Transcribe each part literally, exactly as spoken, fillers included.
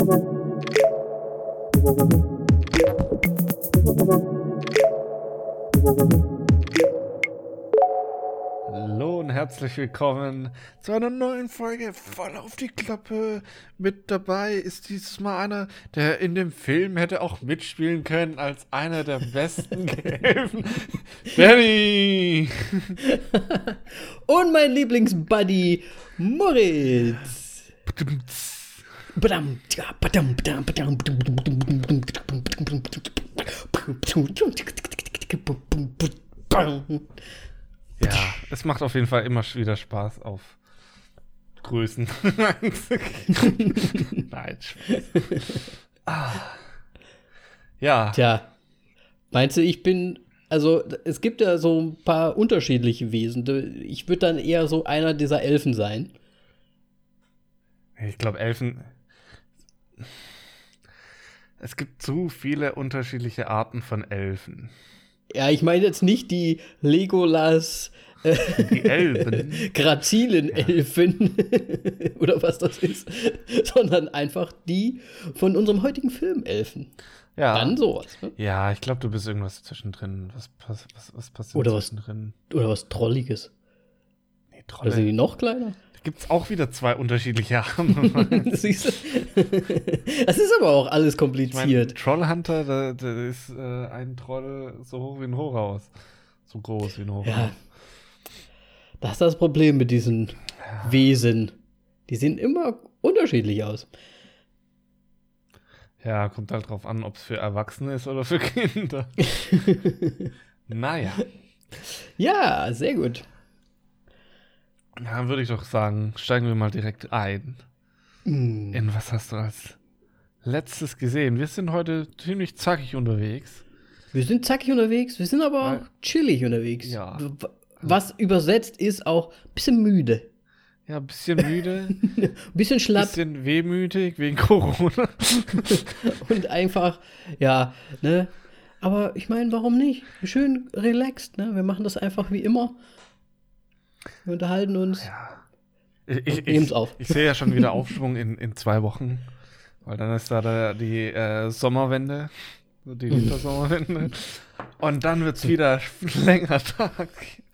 Hallo und herzlich willkommen zu einer neuen Folge voll auf die Klappe. Mit dabei ist dieses Mal einer, der in dem Film hätte auch mitspielen können als einer der besten Gehilfen. Benny! Und mein Lieblingsbuddy Moritz. Badam, tja, badam, badam, badam, Ja, es macht auf jeden Fall immer wieder Spaß auf Größen. Nein, Spaß. Ah. Ja. Tja, meinst du, ich bin, also es gibt ja so ein paar unterschiedliche Wesen. Ich würde dann eher so einer dieser Elfen sein. Ich glaube, Elfen. Es gibt zu viele unterschiedliche Arten von Elfen. Ja, ich meine jetzt nicht die Legolas äh, Die Elben. grazilen Elfen oder was das ist, sondern einfach die von unserem heutigen Film Elfen. Ja. Dann sowas. Ne? Ja, ich glaube, du bist irgendwas zwischendrin. Was, was, was, was passiert Oder was- zwischendrin? Oder was Trolliges. Nee, Oder sind die Trolle. noch kleiner? Da gibt es auch wieder zwei unterschiedliche Arme. Siehst du? Das ist aber auch alles Ich meine, kompliziert. Trollhunter, da, da ist äh, ein Troll so hoch wie ein Hochhaus. So groß wie ein Hochhaus. Ja. Das ist das Problem mit diesen Wesen. Die sehen immer unterschiedlich aus. Ja, kommt halt drauf an, ob es für Erwachsene ist oder für Kinder. Naja. Ja, sehr gut. Dann würde ich doch sagen, steigen wir mal direkt ein. Mm. In was hast du als letztes gesehen? Wir sind heute ziemlich zackig unterwegs. Wir sind zackig unterwegs, wir sind aber Weil- auch chillig unterwegs. Ja. W- Was übersetzt ist auch ein bisschen müde. Ja, ein bisschen müde, Ein bisschen ein schlapp bisschen wehmütig wegen Corona. und einfach, ja, ne? Aber ich meine, warum nicht? Schön relaxed, ne? Wir machen das einfach wie immer. Wir unterhalten uns. Ja. Ich, ich, Nehm's ich, auf. ich sehe ja schon wieder Aufschwung in, in zwei Wochen. Weil dann ist da der, die äh, Sommerwende. So die Wintersommerwende. Und dann wird es wieder länger Tag.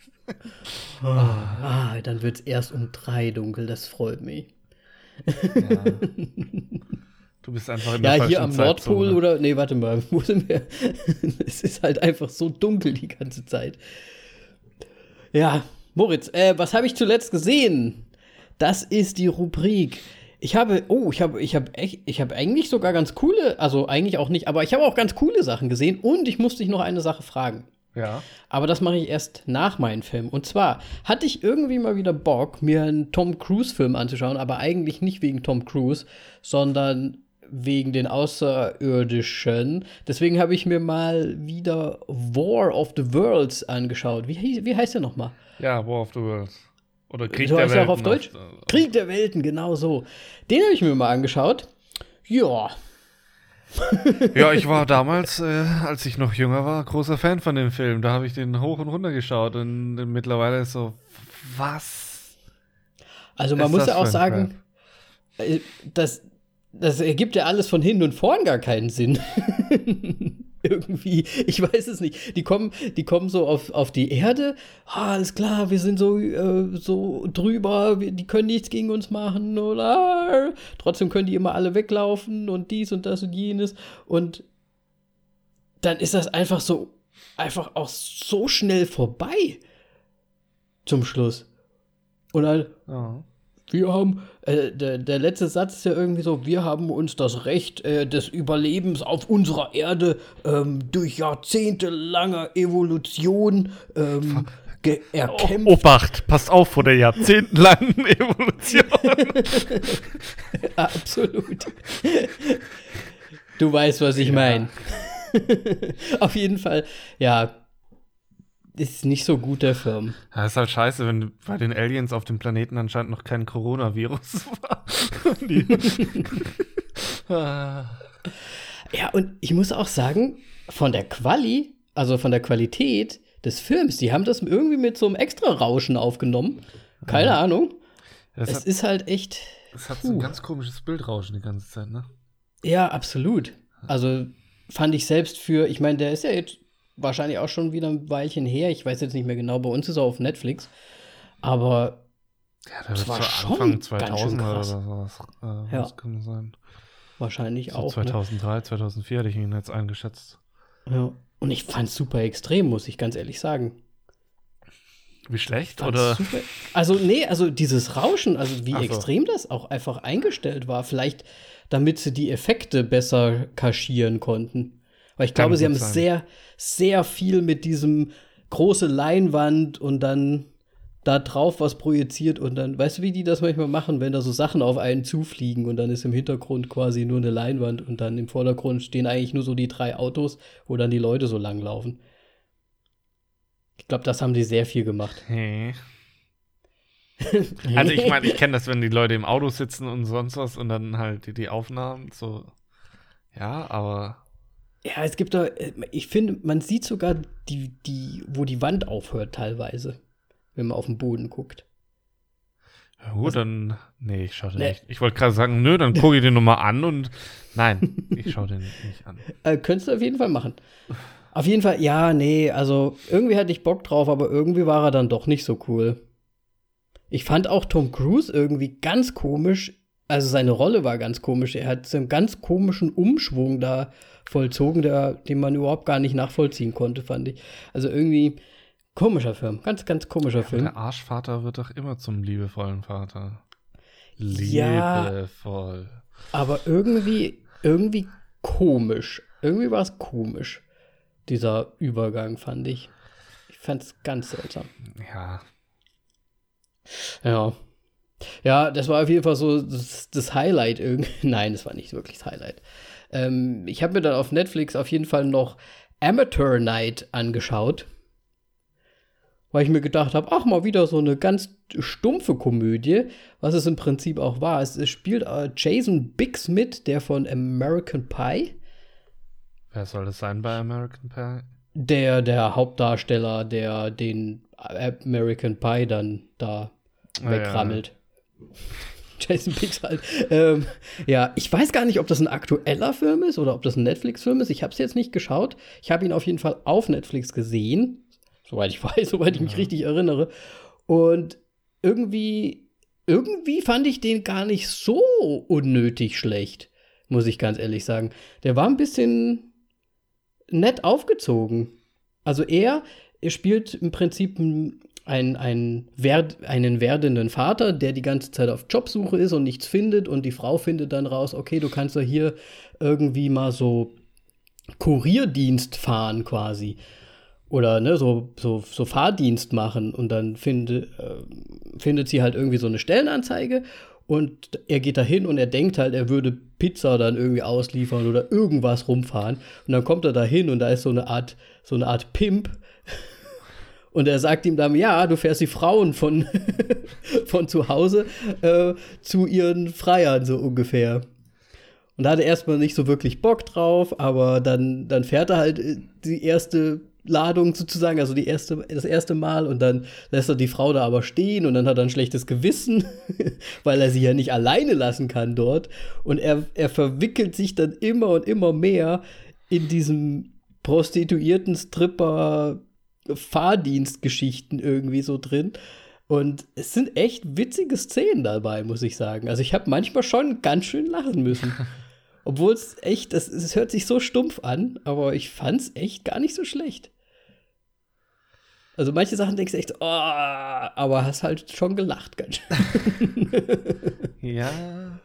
Ah, dann wird's erst um drei dunkel, das freut mich. Ja. Du bist einfach in der Ja, falschen hier am Nordpol Zeitzone. oder, nee, warte mal, wo sind wir? Es ist halt einfach so dunkel die ganze Zeit. Ja, Moritz, äh, was habe ich zuletzt gesehen? Das ist die Rubrik. Ich habe, oh, ich habe, ich habe echt, ich habe eigentlich sogar ganz coole, also eigentlich auch nicht, aber ich habe auch ganz coole Sachen gesehen und ich musste dich noch eine Sache fragen. Ja. Aber das mache ich erst nach meinem Film. Und zwar hatte ich irgendwie mal wieder Bock, mir einen Tom Cruise-Film anzuschauen, aber eigentlich nicht wegen Tom Cruise, sondern wegen den Außerirdischen. Deswegen habe ich mir mal wieder War of the Worlds angeschaut. Wie, hei- wie heißt der nochmal? Ja, War of the Worlds. Oder Krieg So der heißt er Welten. auch auf Deutsch? äh, Krieg der Welten, genau so. Den habe ich mir mal angeschaut. Ja, Ja, ich war damals, äh, als ich noch jünger war, großer Fan von dem Film. Da habe ich den hoch und runter geschaut und mittlerweile ist so, was? also man ist muss das ja auch für ein sagen, äh, das, das ergibt ja alles von hinten und vorn gar keinen Sinn. Irgendwie, ich weiß es nicht. Die kommen, die kommen so auf, auf die Erde. Ah, alles klar, wir sind so, äh, so drüber, wir, die können nichts gegen uns machen. Oder trotzdem können die immer alle weglaufen und dies und das und jenes. Und dann ist das einfach so, einfach auch so schnell vorbei. Zum Schluss. Und dann, Ja. wir haben, äh, der, der letzte Satz ist ja irgendwie so, wir haben uns das Recht äh, des Überlebens auf unserer Erde ähm, durch jahrzehntelange Evolution ähm, ge- erkämpft. Obacht, passt auf vor der jahrzehntelangen Evolution. Absolut. Du weißt, was ich meine. Auf jeden Fall, ja, ist nicht so gut, der Film. Ja, ist halt scheiße, wenn bei den Aliens auf dem Planeten anscheinend noch kein Coronavirus war. Die- Ah. Ja, und ich muss auch sagen, von der Quali, also von der Qualität des Films, die haben das irgendwie mit so einem extra Rauschen aufgenommen. Keine Ja. Ahnung. Es Es hat, ist halt echt. es hat so ein puh. ganz komisches Bildrauschen die ganze Zeit, ne? Ja, absolut. Also fand ich selbst für, ich meine, der ist ja jetzt wahrscheinlich auch schon wieder ein Weilchen her. Ich weiß jetzt nicht mehr genau, bei uns ist er auf Netflix. Aber Ja, das das war war schon Anfang ganz schön zweitausend oder krass. sowas. Äh, Ja. Das kann sein. Wahrscheinlich So auch. Ne? zweitausenddrei, zweitausendvier hätte ich ihn jetzt eingeschätzt. Ja. Und ich fand's super extrem, muss ich ganz ehrlich sagen. Wie schlecht, Fand's oder? Super. Also, nee, also dieses Rauschen, also wie Ach so. extrem das auch einfach eingestellt war. Vielleicht, damit sie die Effekte besser kaschieren konnten. Weil ich Kann glaube, sie gut haben sein. sehr, sehr viel mit diesem große Leinwand und dann da drauf was projiziert und dann, weißt du, wie die das manchmal machen, wenn da so Sachen auf einen zufliegen und dann ist im Hintergrund quasi nur eine Leinwand und dann im Vordergrund stehen eigentlich nur so die drei Autos, wo dann die Leute so lang laufen. Ich glaube, das haben die sehr viel gemacht. Hey. Also ich meine, ich kenne das, wenn die Leute im Auto sitzen und sonst was und dann halt die, die Aufnahmen so. Ja, aber Ja, es gibt da, ich finde, man sieht sogar die, die, wo die Wand aufhört teilweise, wenn man auf den Boden guckt. ja gut, dann. Nee, ich schaue den Nee. nicht. Ich wollte gerade sagen, nö, dann gucke ich den nochmal an und. Nein, ich schaue den nicht an. Äh, könntest du auf jeden Fall machen. Auf jeden Fall, ja, nee, also irgendwie hatte ich Bock drauf, aber irgendwie war er dann doch nicht so cool. Ich fand auch Tom Cruise irgendwie ganz komisch, also seine Rolle war ganz komisch. Er hat so einen ganz komischen Umschwung da vollzogen, der, den man überhaupt gar nicht nachvollziehen konnte, fand ich. Also irgendwie komischer Film, ganz, ganz komischer Aber Film. der Arschvater wird doch immer zum liebevollen Vater. Ja. Liebevoll. Aber irgendwie, irgendwie komisch. Irgendwie war es komisch, dieser Übergang, fand ich. Ich fand es ganz seltsam. Ja. Ja. Ja, das war auf jeden Fall so das, das Highlight irgendwie. Nein, das war nicht wirklich das Highlight. Ähm, ich habe mir dann auf Netflix auf jeden Fall noch Amateur Night angeschaut. Weil ich mir gedacht habe, ach, mal wieder so eine ganz stumpfe Komödie, was es im Prinzip auch war. Es, es spielt äh, Jason Biggs mit, der von American Pie. Wer soll das sein bei American Pie? Der, der Hauptdarsteller, der den American Pie dann da Ah, wegrammelt. Jason Biggs halt. Ähm, ja, ich weiß gar nicht, ob das ein aktueller Film ist oder ob das ein Netflix-Film ist. Ich habe es jetzt nicht geschaut. Ich habe ihn auf jeden Fall auf Netflix gesehen. Soweit ich weiß, soweit ich mich Ja. richtig erinnere. Und irgendwie, irgendwie fand ich den gar nicht so unnötig schlecht, muss ich ganz ehrlich sagen. Der war ein bisschen nett aufgezogen. Also er, er spielt im Prinzip ein, ein, ein werd, einen werdenden Vater, der die ganze Zeit auf Jobsuche ist und nichts findet. Und die Frau findet dann raus, okay, du kannst doch hier irgendwie mal so Kurierdienst fahren quasi. Oder ne, so, so, so Fahrdienst machen. Und dann finde, äh, findet sie halt irgendwie so eine Stellenanzeige. Und er geht da hin und er denkt halt, er würde Pizza dann irgendwie ausliefern oder irgendwas rumfahren. Und dann kommt er da hin und da ist so eine Art, so eine Art Pimp. Und er sagt ihm dann, ja, du fährst die Frauen von, von zu Hause äh, zu ihren Freiern, so ungefähr. Und da hat er erstmal nicht so wirklich Bock drauf, aber dann, dann fährt er halt die erste Ladung sozusagen, also die erste, das erste Mal und dann lässt er die Frau da aber stehen und dann hat er ein schlechtes Gewissen, weil er sie ja nicht alleine lassen kann dort. Und er, er verwickelt sich dann immer und immer mehr in diesem prostituierten Stripper Fahrdienstgeschichten irgendwie so drin. Und es sind echt witzige Szenen dabei, muss ich sagen. Also ich habe manchmal schon ganz schön lachen müssen. Obwohl es echt, es, es hört sich so stumpf an, aber ich fand es echt gar nicht so schlecht. Also manche Sachen denkst du echt, oh, aber hast halt schon gelacht ganz schön. Ja.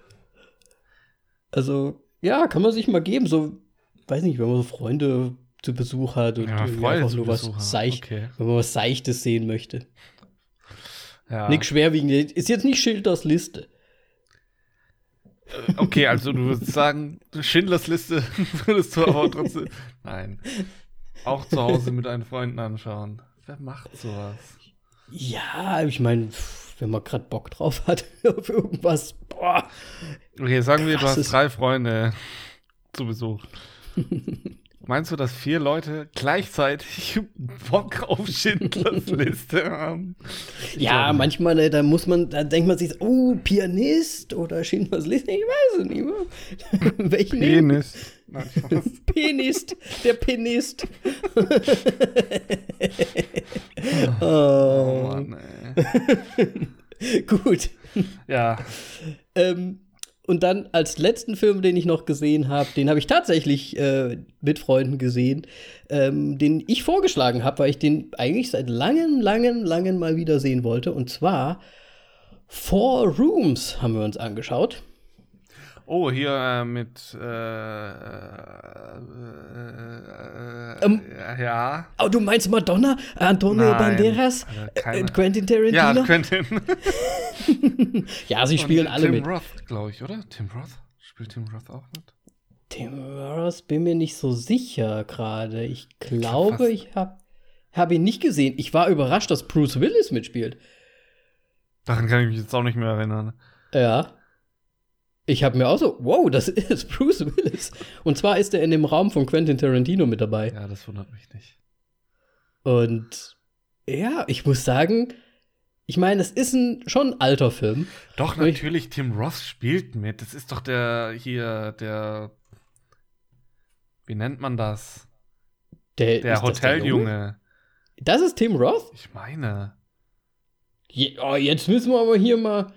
Also, ja, kann man sich mal geben, so, weiß nicht, wenn man so Freunde zu Besuch hat und Ja, irgendwie Freunde einfach zu nur was Besuch haben, Seicht, okay. wenn man was Seichtes sehen möchte. Ja. Nichts schwerwiegendes, ist jetzt nicht Schilders Liste. Okay, also du würdest sagen, Schindlers Liste würdest du aber trotzdem. Nein. Auch zu Hause mit deinen Freunden anschauen. Wer macht sowas? Ja, ich meine, wenn man gerade Bock drauf hat auf irgendwas, boah. Okay, sagen wir, du Krasses. hast drei Freunde zu Besuch. Meinst du, dass vier Leute gleichzeitig Bock auf Schindlers Liste haben? Ich Ja, glaub, manchmal, ne, da muss man, da denkt man sich, oh, Pianist oder Schindlers Liste, ich weiß es nicht mehr. Welchen nehmen? Penis. Nein, Spaß. Penist, der Penist. Oh oh. Mann, ey. Gut. Ja. Ähm, und dann als letzten Film, den ich noch gesehen habe, den habe ich tatsächlich äh, mit Freunden gesehen, ähm, den ich vorgeschlagen habe, weil ich den eigentlich seit langem, langem, langem mal wieder sehen wollte. Und zwar Four Rooms haben wir uns angeschaut. Oh, hier äh, mit äh, äh, äh, Ähm, ja. Oh, du meinst Madonna, Antonio Nein, Banderas, Alter, äh, keine- Quentin Tarantino? Ja, Quentin. Ja, sie spielen Und alle Tim mit. Roth, glaube ich, oder? Tim Roth? Spielt Tim Roth auch mit? Tim Roth bin mir nicht so sicher gerade. Ich glaub glaube, fast. ich habe hab ihn nicht gesehen. Ich war überrascht, dass Bruce Willis mitspielt. Daran kann ich mich jetzt auch nicht mehr erinnern. Ja. Ich habe mir auch so, wow, das ist Bruce Willis. Und zwar ist er in dem Raum von Quentin Tarantino mit dabei. Ja, das wundert mich nicht. Und ja, ich muss sagen, ich meine, es ist ein schon ein alter Film. Doch, Ich- natürlich, Tim Roth spielt mit. Das ist doch der hier, der. Wie nennt man das? Der, Der ist das der Junge? Hoteljunge. Das ist Tim Roth? Ich meine. Je, oh, jetzt müssen wir aber hier mal.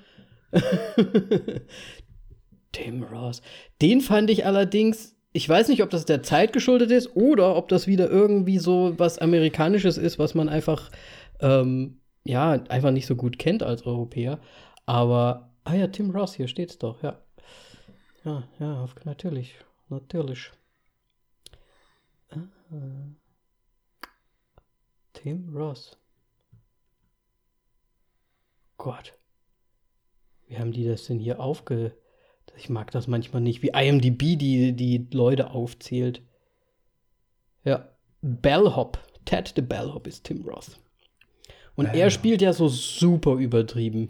Tim Roth. Den fand ich allerdings, ich weiß nicht, ob das der Zeit geschuldet ist oder ob das wieder irgendwie so was Amerikanisches ist, was man einfach, ähm, ja, einfach nicht so gut kennt als Europäer. Aber, ah ja, Tim Roth, hier steht's doch, ja. Ja, ja, auf, natürlich, natürlich. Ah. Tim Roth. Gott. Wie haben die das denn hier aufge... Ich mag das manchmal nicht, wie I M D B die, die Leute aufzählt. Ja, Bellhop. Ted the Bellhop ist Tim Roth. Und er Bellhop. spielt ja so super übertrieben.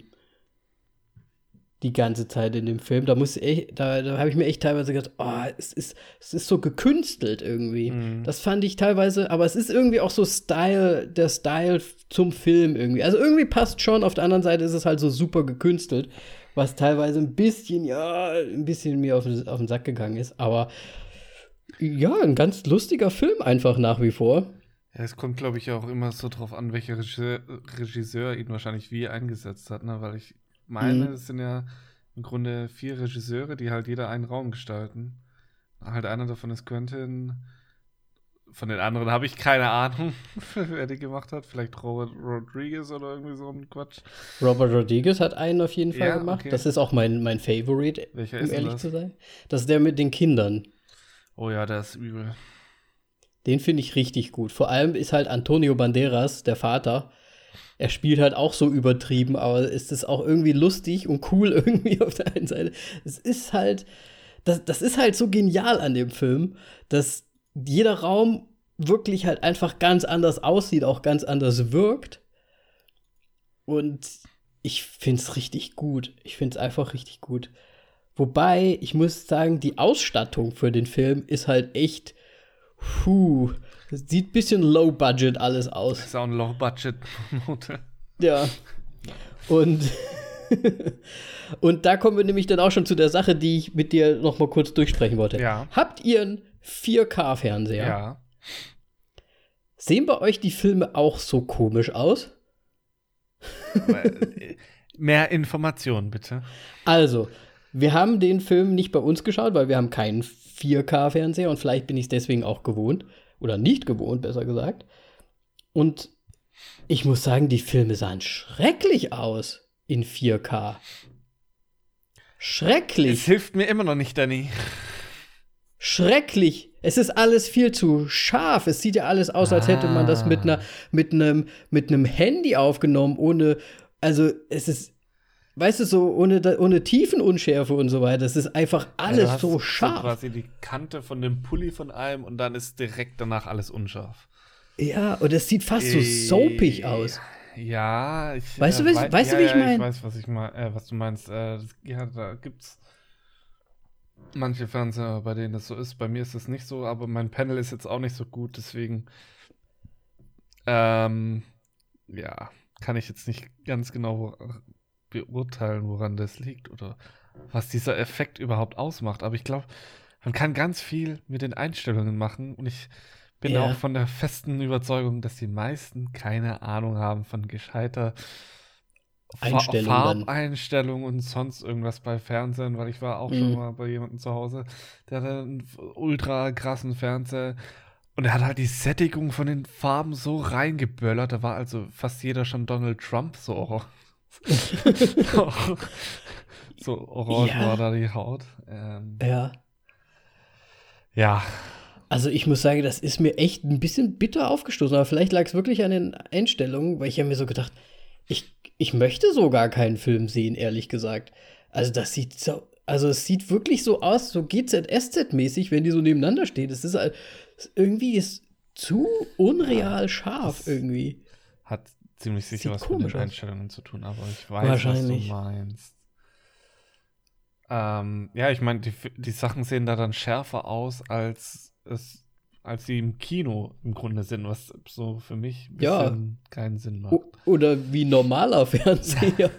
Die ganze Zeit in dem Film. Da muss ich, da, da habe ich mir echt teilweise gedacht, oh, es ist, es ist so gekünstelt irgendwie. Mhm. Das fand ich teilweise, aber es ist irgendwie auch so Style, der Style zum Film irgendwie. Also irgendwie passt schon, auf der anderen Seite ist es halt so super gekünstelt, was teilweise ein bisschen, ja, ein bisschen mir auf den, auf den Sack gegangen ist. Aber ja, ein ganz lustiger Film einfach nach wie vor. Ja, es kommt, glaube ich, auch immer so drauf an, welcher Regisseur, Regisseur ihn wahrscheinlich wie eingesetzt hat, ne? Weil ich meine, Mhm. es sind ja im Grunde vier Regisseure, die halt jeder einen Raum gestalten. Halt einer davon ist Quentin. Von den anderen habe ich keine Ahnung, wer die gemacht hat. Vielleicht Robert Rodriguez oder irgendwie so ein Quatsch. Robert Rodriguez hat einen auf jeden Fall Ja, gemacht. okay. Das ist auch mein, mein Favorite, Welcher um ist denn ehrlich das? zu sein. Das ist der mit den Kindern. Oh ja, der ist übel. Den finde ich richtig gut. Vor allem ist halt Antonio Banderas, der Vater, er spielt halt auch so übertrieben, aber es ist auch irgendwie lustig und cool irgendwie auf der einen Seite. Es ist halt, das, das ist halt so genial an dem Film, dass jeder Raum wirklich halt einfach ganz anders aussieht, auch ganz anders wirkt. Und ich finde es richtig gut. Ich finde es einfach richtig gut. Wobei, ich muss sagen, die Ausstattung für den Film ist halt echt, puh, das sieht ein bisschen low-budget alles Das aus. ist auch ein Low-Budget-Note. Ja. Und, und da kommen wir nämlich dann auch schon zu der Sache, die ich mit dir noch mal kurz durchsprechen wollte. Ja. Habt ihr einen vier K-Fernseher? Ja. Sehen bei euch die Filme auch so komisch aus? Aber, äh, mehr Informationen, bitte. Also, wir haben den Film nicht bei uns geschaut, weil wir haben keinen vier K-Fernseher und vielleicht bin ich es deswegen auch gewohnt. Oder nicht gewohnt, besser gesagt. Und ich muss sagen, die Filme sahen schrecklich aus in vier K. Schrecklich. Es hilft mir immer noch nicht, Danny. Schrecklich. Es ist alles viel zu scharf. Es sieht ja alles aus, als hätte man das mit einer mit einem mit einem Handy aufgenommen, ohne, also es ist, weißt du, so ohne da- ohne Tiefenunschärfe und so weiter. Es ist einfach alles Ja, du hast so scharf. quasi die Kante von dem Pulli von einem und dann ist direkt danach alles unscharf. Ja, und es sieht fast so soapig aus. Ja, ich, Weißt du, was- wei- weißt du, ja, wie ich ja, mein? Ich weiß, was ich mein, äh, was du meinst. Äh, das, ja, da gibt's manche Fernseher, bei denen das so ist. Bei mir ist es nicht so, aber mein Panel ist jetzt auch nicht so gut, deswegen ähm, ja, kann ich jetzt nicht ganz genau beurteilen, woran das liegt oder was dieser Effekt überhaupt ausmacht. Aber ich glaube, man kann ganz viel mit den Einstellungen machen und ich bin Ja. auch von der festen Überzeugung, dass die meisten keine Ahnung haben von gescheiter Fa- Einstellung dann. Farbeinstellung und sonst irgendwas bei Fernsehen, weil ich war auch Mhm. schon mal bei jemandem zu Hause, der hatte einen ultra krassen Fernseher und er hat halt die Sättigung von den Farben so reingeböllert, da war also fast jeder schon Donald Trump, so, or- so orange Ja. war da die Haut. Ähm, Ja. ja, Also ich muss sagen, das ist mir echt ein bisschen bitter aufgestoßen. Aber vielleicht lag es wirklich an den Einstellungen, weil ich habe mir so gedacht, ich, ich möchte so gar keinen Film sehen, ehrlich gesagt. Also das sieht so, also es sieht wirklich so aus, so G Z S Z-mäßig, wenn die so nebeneinander stehen. Das ist halt, irgendwie ist zu unreal scharf Das- irgendwie. hat ziemlich sicher Sieht was mit komisch den aus. Einstellungen zu tun, aber ich weiß, Wahrscheinlich. was du meinst. Ähm, ja, ich meine, die, die Sachen sehen da dann schärfer aus, als es, als sie im Kino im Grunde sind, was so für mich ein Ja. bisschen keinen Sinn macht. O oder wie normaler Fernseher,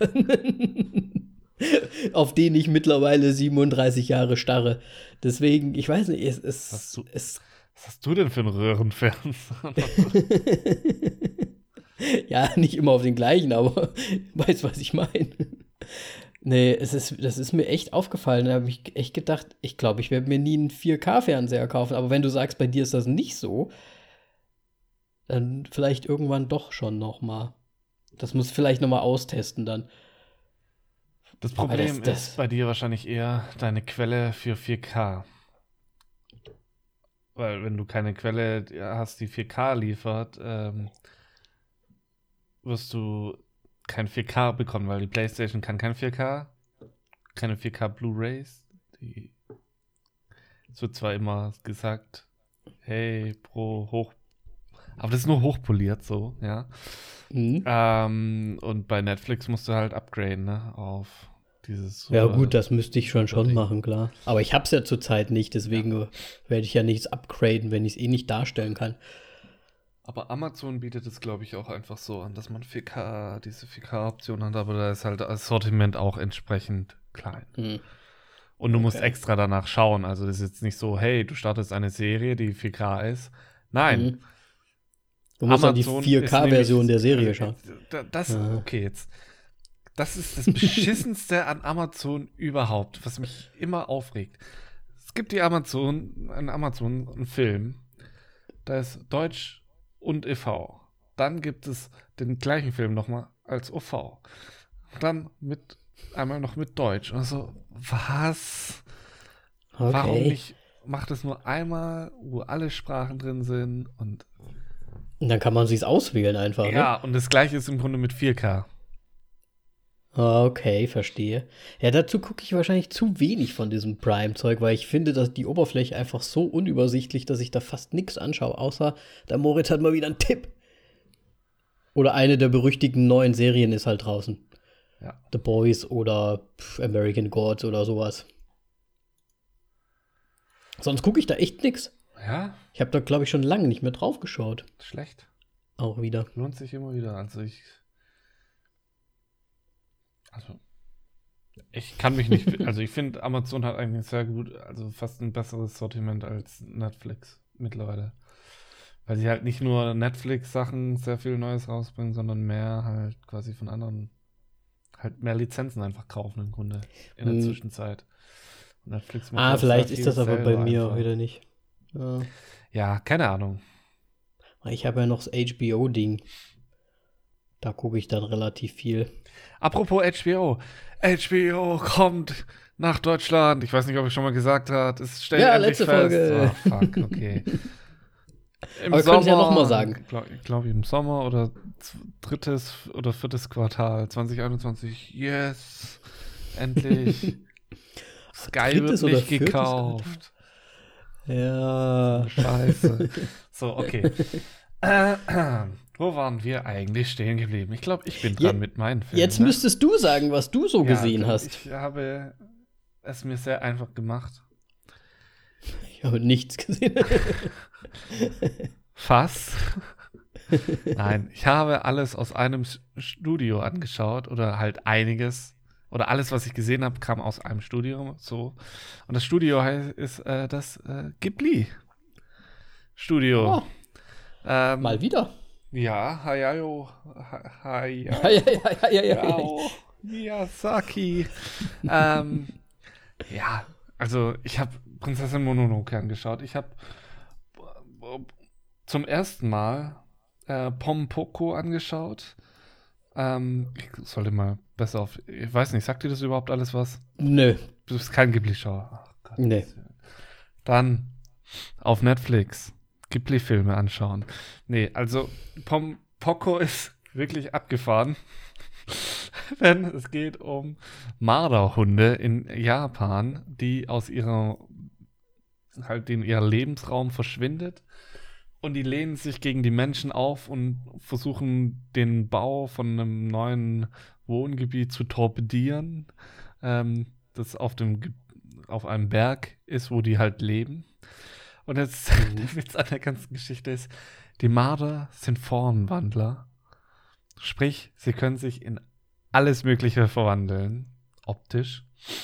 auf den ich mittlerweile siebenunddreißig Jahre starre. Deswegen, ich weiß nicht, es, es, Was du- es Was hast du denn für einen Röhrenfernseher? ja, nicht immer auf den gleichen, aber weißt, was ich meine. Nee, es ist, das ist mir echt aufgefallen. Da habe ich echt gedacht, ich glaube, ich werde mir nie einen vier K-Fernseher kaufen. Aber wenn du sagst, bei dir ist das nicht so, dann vielleicht irgendwann doch schon noch mal. Das muss vielleicht noch mal austesten dann. Das Aber Problem das- das- ist bei dir wahrscheinlich eher deine Quelle für vier K. Weil wenn du keine Quelle hast, die vier K liefert, ähm, wirst du kein vier K bekommen, weil die PlayStation kann kein vier K, keine vier K Blu-rays. Die- Es wird zwar immer gesagt, hey, pro hoch, aber das ist nur hochpoliert so, ja. Mhm. Ähm, und bei Netflix musst du halt upgraden, ne, auf dieses Ja, super- gut, das müsste ich schon schon Ding. machen, klar. Aber ich hab's ja zurzeit nicht, deswegen werde ich ja nichts upgraden, wenn ich es eh nicht darstellen kann. Aber Amazon bietet es, glaube ich, auch einfach so an, dass man vier K, diese vier K-Option hat, aber da ist halt das Sortiment auch entsprechend klein. Hm. Und du musst Okay. extra danach schauen. Also das ist jetzt nicht so, hey, du startest eine Serie, die vier K ist. Nein. Mhm. Du musst an die Amazon vier K-Version ist der nämlich- Serie äh, schauen. da- Das, Ja. okay, jetzt. Das ist das Beschissenste an Amazon überhaupt, was mich immer aufregt. Es gibt die Amazon, an Amazon einen Film, da ist Deutsch und E V. Dann gibt es den gleichen Film nochmal als O V. Dann mit einmal noch mit Deutsch. Also, was? Okay. Warum nicht? Macht es nur einmal, wo alle Sprachen drin sind und Und dann kann man sich's auswählen einfach, ne? ja, und das gleiche ist im Grunde mit vier K. Ah, okay, verstehe. Ja, dazu gucke ich wahrscheinlich zu wenig von diesem Prime-Zeug, weil ich finde, dass die Oberfläche einfach so unübersichtlich, dass ich da fast nichts anschaue, außer der Moritz hat mal wieder einen Tipp. Oder eine der berüchtigten neuen Serien ist halt draußen. Ja. The Boys oder pff, American Gods oder sowas. Sonst gucke ich da echt nix. Ja, Ich habe da, glaube ich, schon lange nicht mehr drauf geschaut. schlecht. Auch wieder. Lohnt sich immer wieder. Also ich. Also. Ich kann mich nicht. Also ich finde, Amazon hat eigentlich sehr gut, also fast ein besseres Sortiment als Netflix mittlerweile. Weil sie halt nicht nur Netflix-Sachen sehr viel Neues rausbringen, sondern mehr halt quasi von anderen. Halt mehr Lizenzen einfach kaufen im Grunde in der Hm. Zwischenzeit. Und Netflix macht Ah, das vielleicht sehr ist viel das aber bei selber mir einfach. auch wieder nicht. Ja. Ja, keine Ahnung. Ich habe ja noch das H B O-Ding. Da gucke ich dann relativ viel. Apropos H B O. H B O kommt nach Deutschland. Ich weiß nicht, ob ich schon mal gesagt habe. Es stellt Ja, endlich letzte fest. Folge. Oh, fuck, okay. Im Aber wir können's ja noch mal sagen. Ich glaube, glaub, im Sommer oder z- drittes oder viertes Quartal zwanzig einundzwanzig. Yes. Endlich. Sky drittes wird oder nicht viertes gekauft. Ja. Scheiße. So, okay. Äh, äh, wo waren wir eigentlich stehen geblieben? Ich glaube, ich bin dran Je- mit meinen Filmen. Jetzt ne? müsstest du sagen, was du so Ja, gesehen du, hast. Ich habe es mir sehr einfach gemacht. Ich habe nichts gesehen. Fast. Nein, ich habe alles aus einem Studio angeschaut oder halt einiges. Oder alles, was ich gesehen habe, kam aus einem Studio. So. Und das Studio heißt, ist äh, das äh, Ghibli-Studio. Oh, ähm, mal wieder. Ja, Hayao. Ha- Hayao. Ja, ja, ja, ja, ja, ja. Hayao Miyazaki. ähm, ja, also ich habe Prinzessin Mononoke angeschaut. Ich habe zum ersten Mal äh, Pom-Poko angeschaut. Ähm, ich sollte mal besser auf. Ich weiß nicht, sagt dir das überhaupt alles was? Nö. Du bist kein Ghibli-Schauer. Ach Gott. Nee. Dann auf Netflix Ghibli-Filme anschauen. Nee, also Pom-Poko ist wirklich abgefahren. Denn es geht um Marderhunde in Japan, die aus ihrer halt in ihrem Lebensraum verschwindet. Und die lehnen sich gegen die Menschen auf und versuchen, den Bau von einem neuen Wohngebiet zu torpedieren, ähm, das auf, dem, Ge- auf einem Berg ist, wo die halt leben. Und jetzt, der Witz an der ganzen Geschichte ist, die Marder sind Formwandler. Sprich, sie können sich in alles Mögliche verwandeln, optisch.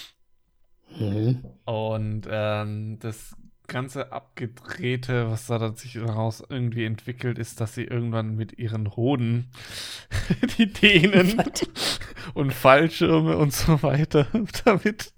Mhm. Und ähm, das ganze Abgedrehte, was da dann sich daraus irgendwie entwickelt, ist, dass sie irgendwann mit ihren Hoden die Dehnen und Fallschirme und so weiter damit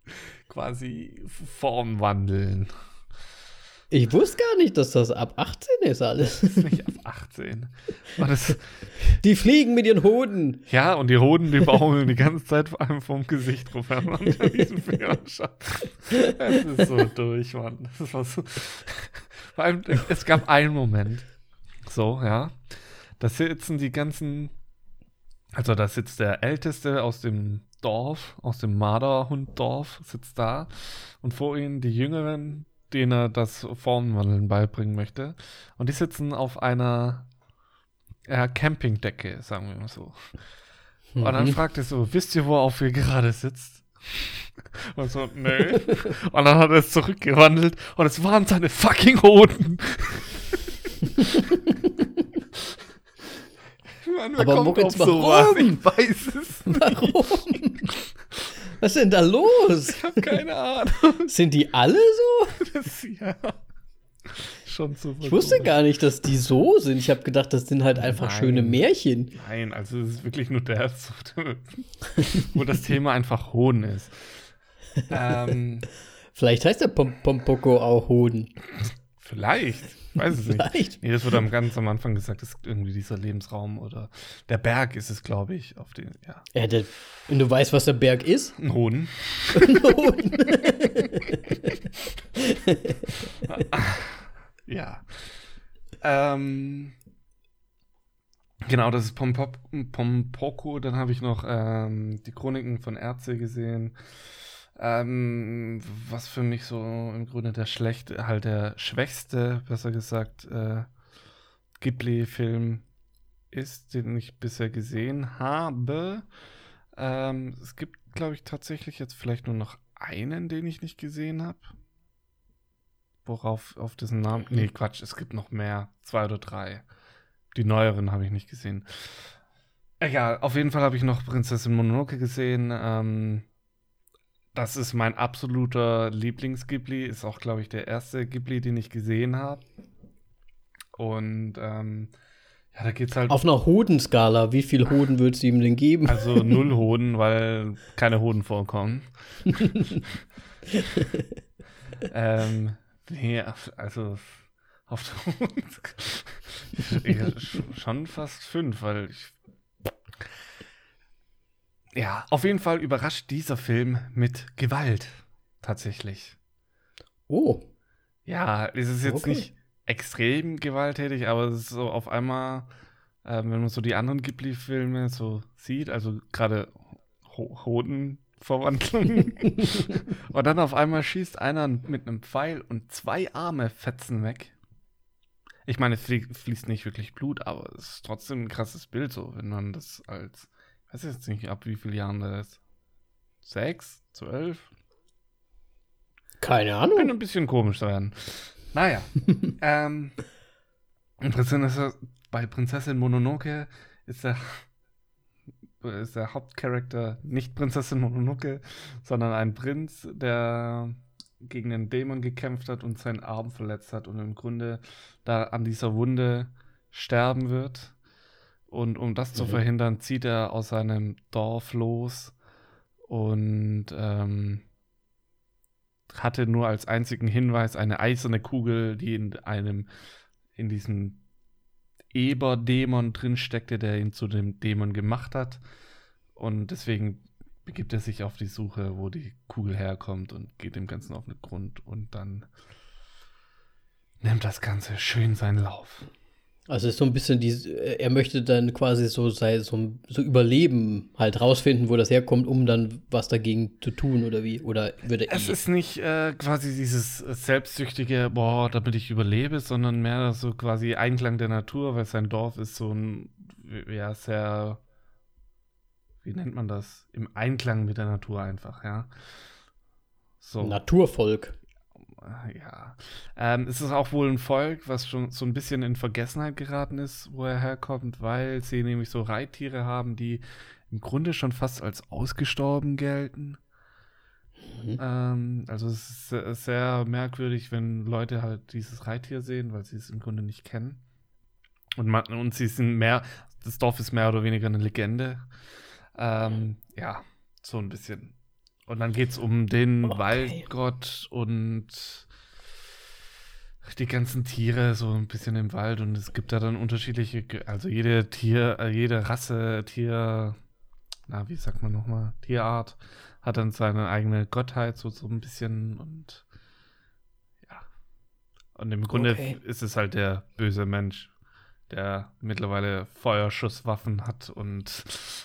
quasi Form wandeln. Ich wusste gar nicht, dass das ab achtzehn ist alles. Das ist nicht ab achtzehn. Aber das, Die fliegen mit ihren Hoden. ja, und die Hoden, die baumeln die ganze Zeit vor allem vom Gesicht rum, wenn man diesen Film anschaut. Es ist so durch, Mann. Das war so. Vor allem, es gab einen Moment, so, ja, da sitzen die ganzen, also da sitzt der Älteste aus dem Dorf, aus dem Marderhunddorf, sitzt da und vor ihnen die Jüngeren, denen er das Formwandeln beibringen möchte. Und die sitzen auf einer äh, Campingdecke, sagen wir mal so. Mhm. Und dann fragt er so, wisst ihr, worauf ihr gerade sitzt? Und so, nö. Und dann hat er es zurückgewandelt und es waren seine fucking Hoden. Mann, wer Aber kommt Moritz, auf sowas? warum? Ich weiß es nicht. Warum? Was ist denn da los? Ich habe keine Ahnung. Sind die alle so? Das ist ja schon so. Ich wusste gar nicht, dass die so sind. Ich habe gedacht, das sind halt einfach Nein. schöne Märchen. Nein, also es ist wirklich nur der, wo das Thema einfach Hoden ist. Ähm, Vielleicht heißt der Pom Pompoko auch Hoden. vielleicht. Ich weiß es nicht. Vielleicht. Nee, das wurde am ganz am Anfang gesagt, das ist irgendwie dieser Lebensraum oder der Berg ist es, glaube ich, auf den, ja. Ja, der, und du weißt, was der Berg ist? Ein Hoden. Ein Hoden. Ja. Ähm, genau, das ist Pompop, Pompoko. Dann habe ich noch ähm, die Chroniken von Erze gesehen. Ähm, was für mich so im Grunde der schlechte, halt der schwächste, besser gesagt, äh, Ghibli-Film ist, den ich bisher gesehen habe. Ähm, es gibt, glaube ich, tatsächlich jetzt vielleicht nur noch einen, den ich nicht gesehen habe. Worauf, auf dessen Namen. Nee, Quatsch, es gibt noch mehr. Zwei oder drei. Die neueren habe ich nicht gesehen. Egal, auf jeden Fall habe ich noch Prinzessin Mononoke gesehen. Ähm, das ist mein absoluter Lieblings-Ghibli. Ist auch, glaube ich, der erste Ghibli, den ich gesehen habe. Und ähm, ja, da geht's halt. Auf einer Hodenskala, wie viel Hoden würdest du ihm denn geben? Also null Hoden, weil keine Hoden vorkommen. ähm, nee, also auf der schon fast fünf, weil ich. Ja, auf jeden Fall überrascht dieser Film mit Gewalt. Tatsächlich. Oh. Ja, es ist jetzt Okay. nicht extrem gewalttätig, aber es ist so auf einmal, äh, wenn man so die anderen Ghibli-Filme so sieht, also gerade Ho Hodenverwandlung, und dann auf einmal schießt einer mit einem Pfeil und zwei Arme fetzen weg. Ich meine, es flie fließt nicht wirklich Blut, aber es ist trotzdem ein krasses Bild, so, wenn man das als, ich weiß jetzt nicht, ab wie vielen Jahren das ist. Sechs? Zwölf? Keine Ahnung. Könnte ein bisschen komisch sein. Naja. ähm, Prinzessin, bei Prinzessin Mononoke ist der, ist der Hauptcharakter nicht Prinzessin Mononoke, sondern ein Prinz, der gegen einen Dämon gekämpft hat und seinen Arm verletzt hat und im Grunde da an dieser Wunde sterben wird. Und um das mhm. zu verhindern, zieht er aus seinem Dorf los und ähm, hatte nur als einzigen Hinweis eine eiserne Kugel, die in einem, in diesem Eber-Dämon drin steckte, der ihn zu dem Dämon gemacht hat. Und deswegen begibt er sich auf die Suche, wo die Kugel herkommt und geht dem Ganzen auf den Grund. Und dann nimmt das Ganze schön seinen Lauf. Also ist so ein bisschen die, er möchte dann quasi so sei so, so überleben, halt rausfinden, wo das herkommt, um dann was dagegen zu tun oder wie? Oder würde es ist nicht äh, quasi dieses selbstsüchtige, boah, damit ich überlebe, sondern mehr so quasi Einklang der Natur, weil sein Dorf ist so ein, ja, sehr, wie nennt man das? Im Einklang mit der Natur einfach, ja. So. Naturvolk. Ja, ähm, es ist auch wohl ein Volk, was schon so ein bisschen in Vergessenheit geraten ist, wo er herkommt, weil sie nämlich so Reittiere haben, die im Grunde schon fast als ausgestorben gelten. Mhm. Ähm, also es ist sehr, sehr merkwürdig, wenn Leute halt dieses Reittier sehen, weil sie es im Grunde nicht kennen. Und, man, und sie sind mehr, das Dorf ist mehr oder weniger eine Legende. Ähm, ja, so ein bisschen. Und dann geht es um den okay. Waldgott und die ganzen Tiere so ein bisschen im Wald. Und es gibt da dann unterschiedliche, also jede Tier, jede Rasse, Tier, na, wie sagt man nochmal, Tierart hat dann seine eigene Gottheit, so, so ein bisschen. Und ja. Und im Grunde okay. ist es halt der böse Mensch, der mittlerweile Feuerschusswaffen hat und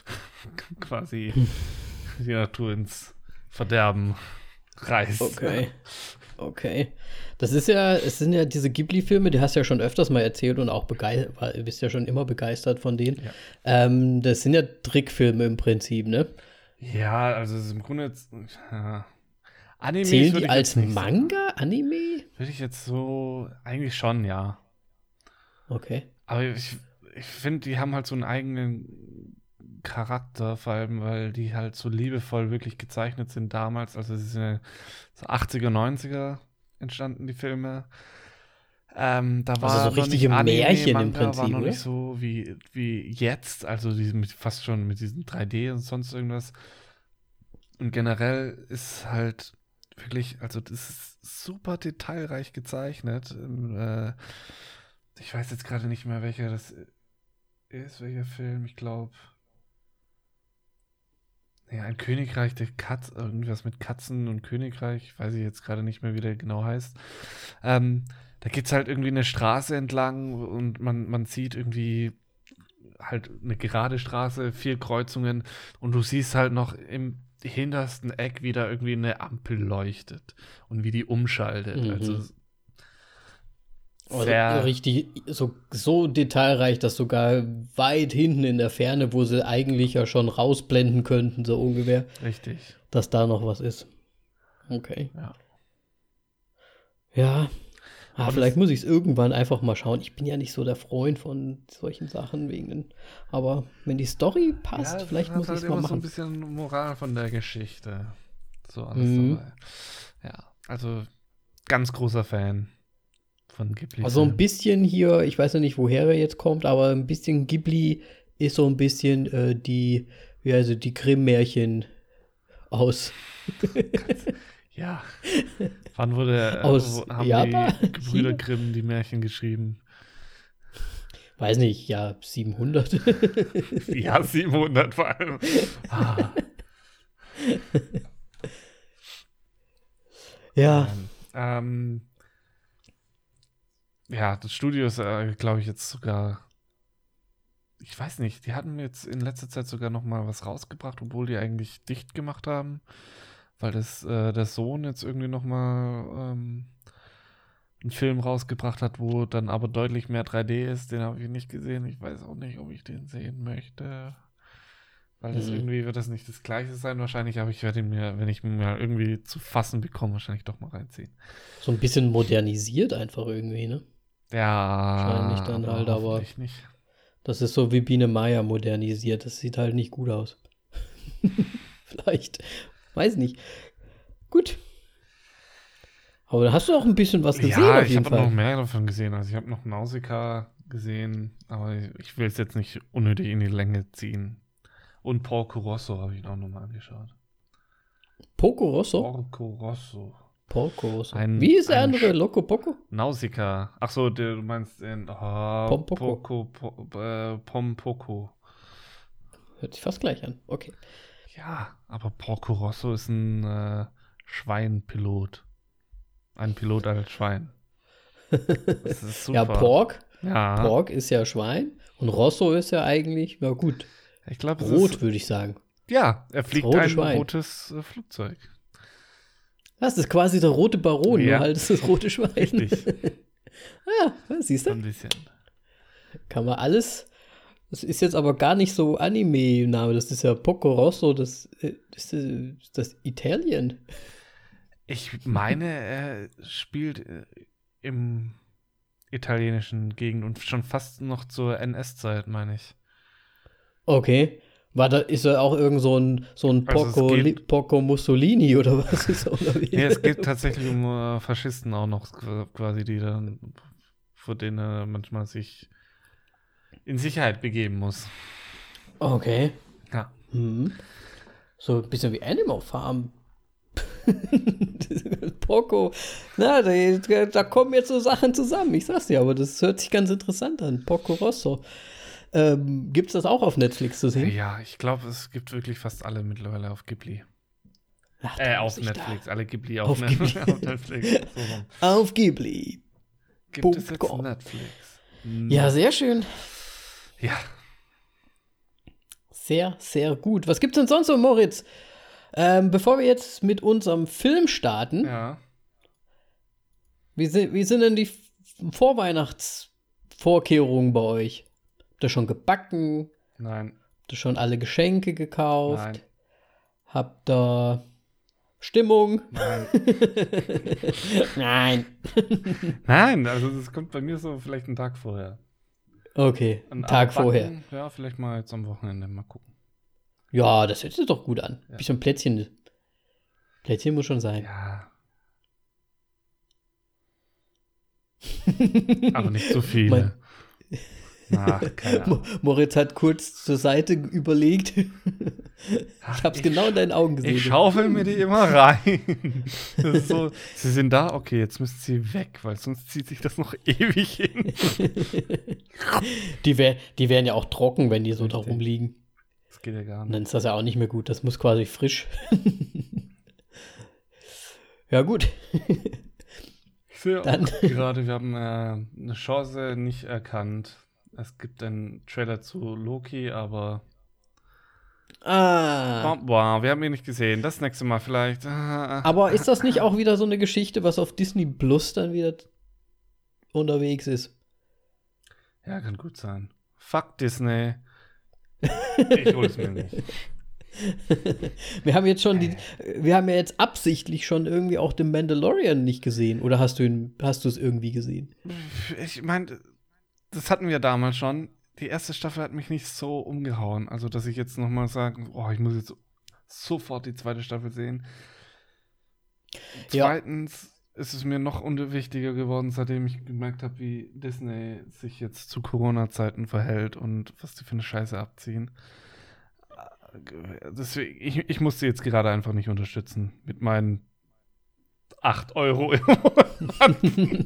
quasi die Natur ins Verderben reißt. Okay. Okay. Das ist ja, es sind ja diese Ghibli-Filme, die hast du ja schon öfters mal erzählt und auch begeistert, du bist ja schon immer begeistert von denen. Ja. Ähm, das sind ja Trickfilme im Prinzip, ne? Ja, also es ist im Grunde jetzt, ja. Anime zählen die als Manga? So, Anime? Würde ich jetzt so, eigentlich schon, ja. Okay. Aber ich, ich finde, die haben halt so einen eigenen Charakter, vor allem, weil die halt so liebevoll wirklich gezeichnet sind damals. Also es sind so achtziger, neunziger entstanden, die Filme. Ähm, da war also so richtige Anime, Märchen Manga, im Prinzip, war noch oder? nicht so wie, wie jetzt, also die mit, fast schon mit diesen drei D und sonst irgendwas. Und generell ist halt wirklich, also das ist super detailreich gezeichnet. Äh, ich weiß jetzt gerade nicht mehr, welcher das ist, welcher Film, ich glaube ja, ein Königreich der Katz, irgendwas mit Katzen und Königreich, weiß ich jetzt gerade nicht mehr, wie der genau heißt. Ähm, da geht es halt irgendwie eine Straße entlang und man, man sieht irgendwie halt eine gerade Straße, vier Kreuzungen und du siehst halt noch im hintersten Eck, wie da irgendwie eine Ampel leuchtet und wie die umschaltet. Mhm. Also sehr also richtig, so, so detailreich, dass sogar weit hinten in der Ferne, wo sie eigentlich ja schon rausblenden könnten, so ungefähr. Richtig. Dass da noch was ist. Okay. Ja. Ja. Ah, vielleicht muss ich es irgendwann einfach mal schauen. Ich bin ja nicht so der Freund von solchen Sachen wegen. Aber wenn die Story passt, ja, vielleicht muss ich es halt mal machen. So ein bisschen Moral von der Geschichte. So alles mhm. dabei. Ja, also ganz großer Fan. Von Ghibli. Also ein bisschen hier, ich weiß ja nicht, woher er jetzt kommt, aber ein bisschen Ghibli ist so ein bisschen äh, die, wie also die Grimm-Märchen aus. Ja. Wann wurde äh, aus wo, haben Japan? die Gebrüder Grimm die Märchen geschrieben? Weiß nicht, ja, siebenhundert. Ja, siebenhundert vor allem. Ah. Ja. Ähm, Ja, das Studio ist, äh, glaube ich, jetzt sogar, ich weiß nicht, die hatten jetzt in letzter Zeit sogar noch mal was rausgebracht, obwohl die eigentlich dicht gemacht haben, weil das äh, der Sohn jetzt irgendwie noch mal ähm, einen Film rausgebracht hat, wo dann aber deutlich mehr drei D ist. Den habe ich nicht gesehen. Ich weiß auch nicht, ob ich den sehen möchte. Weil das mhm. irgendwie wird das nicht das Gleiche sein wahrscheinlich, aber ich werde ihn mir, wenn ich ihn mir irgendwie zu fassen bekomme, wahrscheinlich doch mal reinziehen. So ein bisschen modernisiert einfach irgendwie, ne? Ja. Wahrscheinlich dann halt, aber nicht. Das ist so wie Biene Meier modernisiert. Das sieht halt nicht gut aus. Vielleicht. Weiß nicht. Gut. Aber da hast du auch ein bisschen was gesehen, ja, auf jeden ich Fall. habe noch mehr davon gesehen. Also ich habe noch Nausicaa gesehen, aber ich will es jetzt nicht unnötig in die Länge ziehen. Und Porco Rosso habe ich auch nochmal angeschaut. Poco Rosso? Porco Rosso. Porco Rosso. Ein, Wie ist der ein andere? Loco Poco? Nausicaa. Ach so, du meinst den oh, Pompoko. Poco, po, äh, Pompoko. Hört sich fast gleich an. Okay. Ja, aber Porco Rosso ist ein äh, Schweinpilot. Ein Pilot als Schwein. Das ist super. Ja, Pork. Ja. Pork ist ja Schwein. Und Rosso ist ja eigentlich, na gut, ich glaub, es rot, ist, würde ich sagen. Ja, er fliegt rote ein Schwein. rotes äh, Flugzeug. Das ist quasi der rote Baron, Ja. nur halt ist das rote Schwein. Richtig. Ja, siehst du? Ein bisschen. Kann man alles. Das ist jetzt aber gar nicht so Anime-Name. Das ist ja Poco Rosso, das, das ist das Italien. Ich meine, er spielt äh, im italienischen Gegend und schon fast noch zur N S-Zeit, meine ich. Okay. War da, ist er auch irgend so ein, so ein Also es Poco, geht- Li, Poco Mussolini oder was ist er unterwegs? Nee, es geht tatsächlich um äh, Faschisten auch noch quasi, die dann, vor denen er manchmal sich in Sicherheit begeben muss. Okay. Ja. Mhm. So ein bisschen wie Animal Farm. Poco. Na, da, da kommen jetzt so Sachen zusammen. Ich sag's dir, aber das hört sich ganz interessant an. Poco Rosso. Ähm, gibt's das auch auf Netflix zu sehen? Ja, ich glaube, es gibt wirklich fast alle mittlerweile auf Ghibli. Ach, Äh, da auf muss ich Netflix. Da. Alle Ghibli auf, Auf Net- Ghibli. auf Netflix. So rum. Auf Ghibli. Gibt Punkt es jetzt com. Netflix? Ja, sehr schön. Ja. Sehr, sehr gut. Was gibt's denn sonst so, Moritz? Ähm, bevor wir jetzt mit unserem Film starten, Ja. wie, sind, wie sind denn die Vorweihnachtsvorkehrungen bei euch? Habt ihr schon gebacken? Nein. Habt ihr schon alle Geschenke gekauft? Nein. Habt ihr Stimmung? Nein. Nein. Nein, also das kommt bei mir so vielleicht einen Tag vorher. Okay, Ein einen Tag Backen, vorher. Ja, vielleicht mal jetzt am Wochenende mal gucken. Ja, das hört sich doch gut an. Ja. Bisschen Plätzchen. Plätzchen muss schon sein. Ja. Aber nicht so viele. Mein- Ach, keine Ahnung. Mo- Moritz hat kurz zur Seite überlegt. Ach, Ich hab's genau in deinen Augen gesehen. Ich schaufel mir die immer rein. Das ist so, sie sind da, okay, jetzt müssen sie weg, weil sonst zieht sich das noch ewig hin. die, wär, die wären ja auch trocken, wenn die so da Richtig. rumliegen. Das geht ja gar Und nicht. dann ist das ja auch nicht mehr gut. Das muss quasi frisch. Ja, gut. Ich sehe Dann- auch gerade, wir haben äh, eine Chance nicht erkannt. Es gibt einen Trailer zu Loki, aber Ah. wow, wir haben ihn nicht gesehen. Das nächste Mal vielleicht. Ah, Aber ist das nicht auch wieder so eine Geschichte, was auf Disney Plus dann wieder unterwegs ist? Ja, kann gut sein. Fuck Disney. Ich hol's mir nicht. Wir haben jetzt schon die, wir haben ja jetzt absichtlich schon irgendwie auch den Mandalorian nicht gesehen. Oder hast du ihn, hast du es irgendwie gesehen? Ich meine, das hatten wir damals schon. Die erste Staffel hat mich nicht so umgehauen. Also, dass ich jetzt nochmal sage, oh, ich muss jetzt sofort die zweite Staffel sehen. Ja. Zweitens ist es mir noch unwichtiger geworden, seitdem ich gemerkt habe, wie Disney sich jetzt zu Corona-Zeiten verhält und was die für eine Scheiße abziehen. Deswegen, ich, ich muss sie jetzt gerade einfach nicht unterstützen mit meinen acht Euro im Monat.